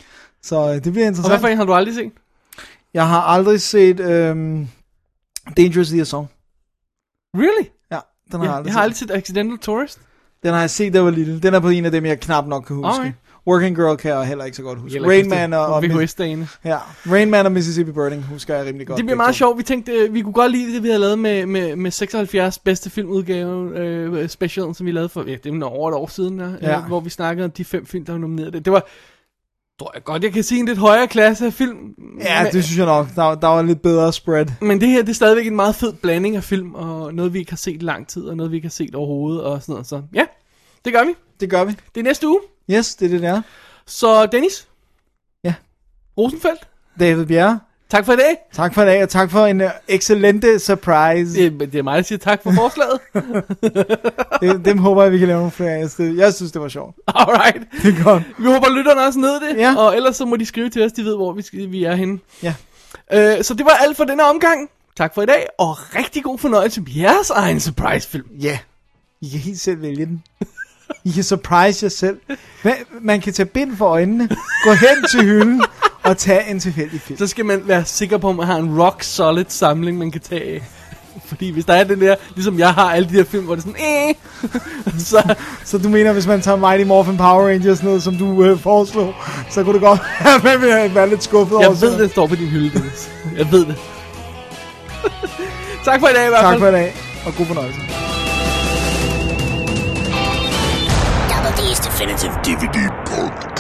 Så det bliver interessant. Og hvad for en har du aldrig set? Jeg har aldrig set øhm, Dangerous Liaison. Really? Ja, den har ja, jeg aldrig jeg set. har aldrig set Accidental Tourist. Den har jeg set, da jeg var lille. Den er på en af dem, jeg knap nok kan huske. Okay. Working Girl kan jeg heller ikke så godt huske. Rain Man og, og V H S-dagene. Ja, Rain Man og Mississippi Burning husker jeg rimelig godt. Det bliver meget sjovt. Vi tænkte, vi kunne godt lide det, vi havde lavet med, med, med seksoghalvfjerds bedste filmudgave øh, specialen, som vi lavede for, ja, det var over et år siden, der, ja. øh, hvor vi snakkede om de fem film, der var nomineret. Det, det var, tror jeg godt, jeg kan sige en lidt højere klasse af film. Ja, men, det synes jeg nok. Der, der var lidt bedre spread. Men det her, det er stadigvæk en meget fed blanding af film, og noget, vi ikke har set i lang tid, og noget, vi ikke har set overhovedet, og sådan noget. Så ja, det gør vi. Det gør vi. Det er næste uge. Yes, det er det, der. Så Dennis. Ja. Rosenfeldt. David Bjerre. Tak for i dag. Tak for i dag, og tak for en uh, excellente surprise. Det, det er mig, der siger tak for forslaget. det, dem håber jeg, vi kan lave nogle flere af. Jeg synes, det var sjovt. Alright. Det er godt. Vi håber, lytterne også ned det. Ja. Og ellers så må de skrive til os, de ved, hvor vi, skal, vi er henne. Ja. Øh, så det var alt for denne omgang. Tak for i dag, og rigtig god fornøjelse med jeres egen surprise-film. Ja. I kan helt selv vælge den. I kan surprise jer selv. Man kan tage bind for øjnene, gå hen til hylden og tage en tilfældig film. Så skal man være sikker på, at man har en rock solid samling, man kan tage af. Fordi hvis der er den der, ligesom jeg har alle de her film, hvor det er sådan, øh, så... så du mener, hvis man tager Mighty Morphin Power Rangers noget, som du øh, foreslår, så kunne det godt være, være lidt skuffet jeg over. Jeg ved, det står på din hylde, Dennis. Jeg ved det. Tak for i dag i hvert fald. Tak for i dag, og god fornøjelse. Double D's Definitive D V D Podcast.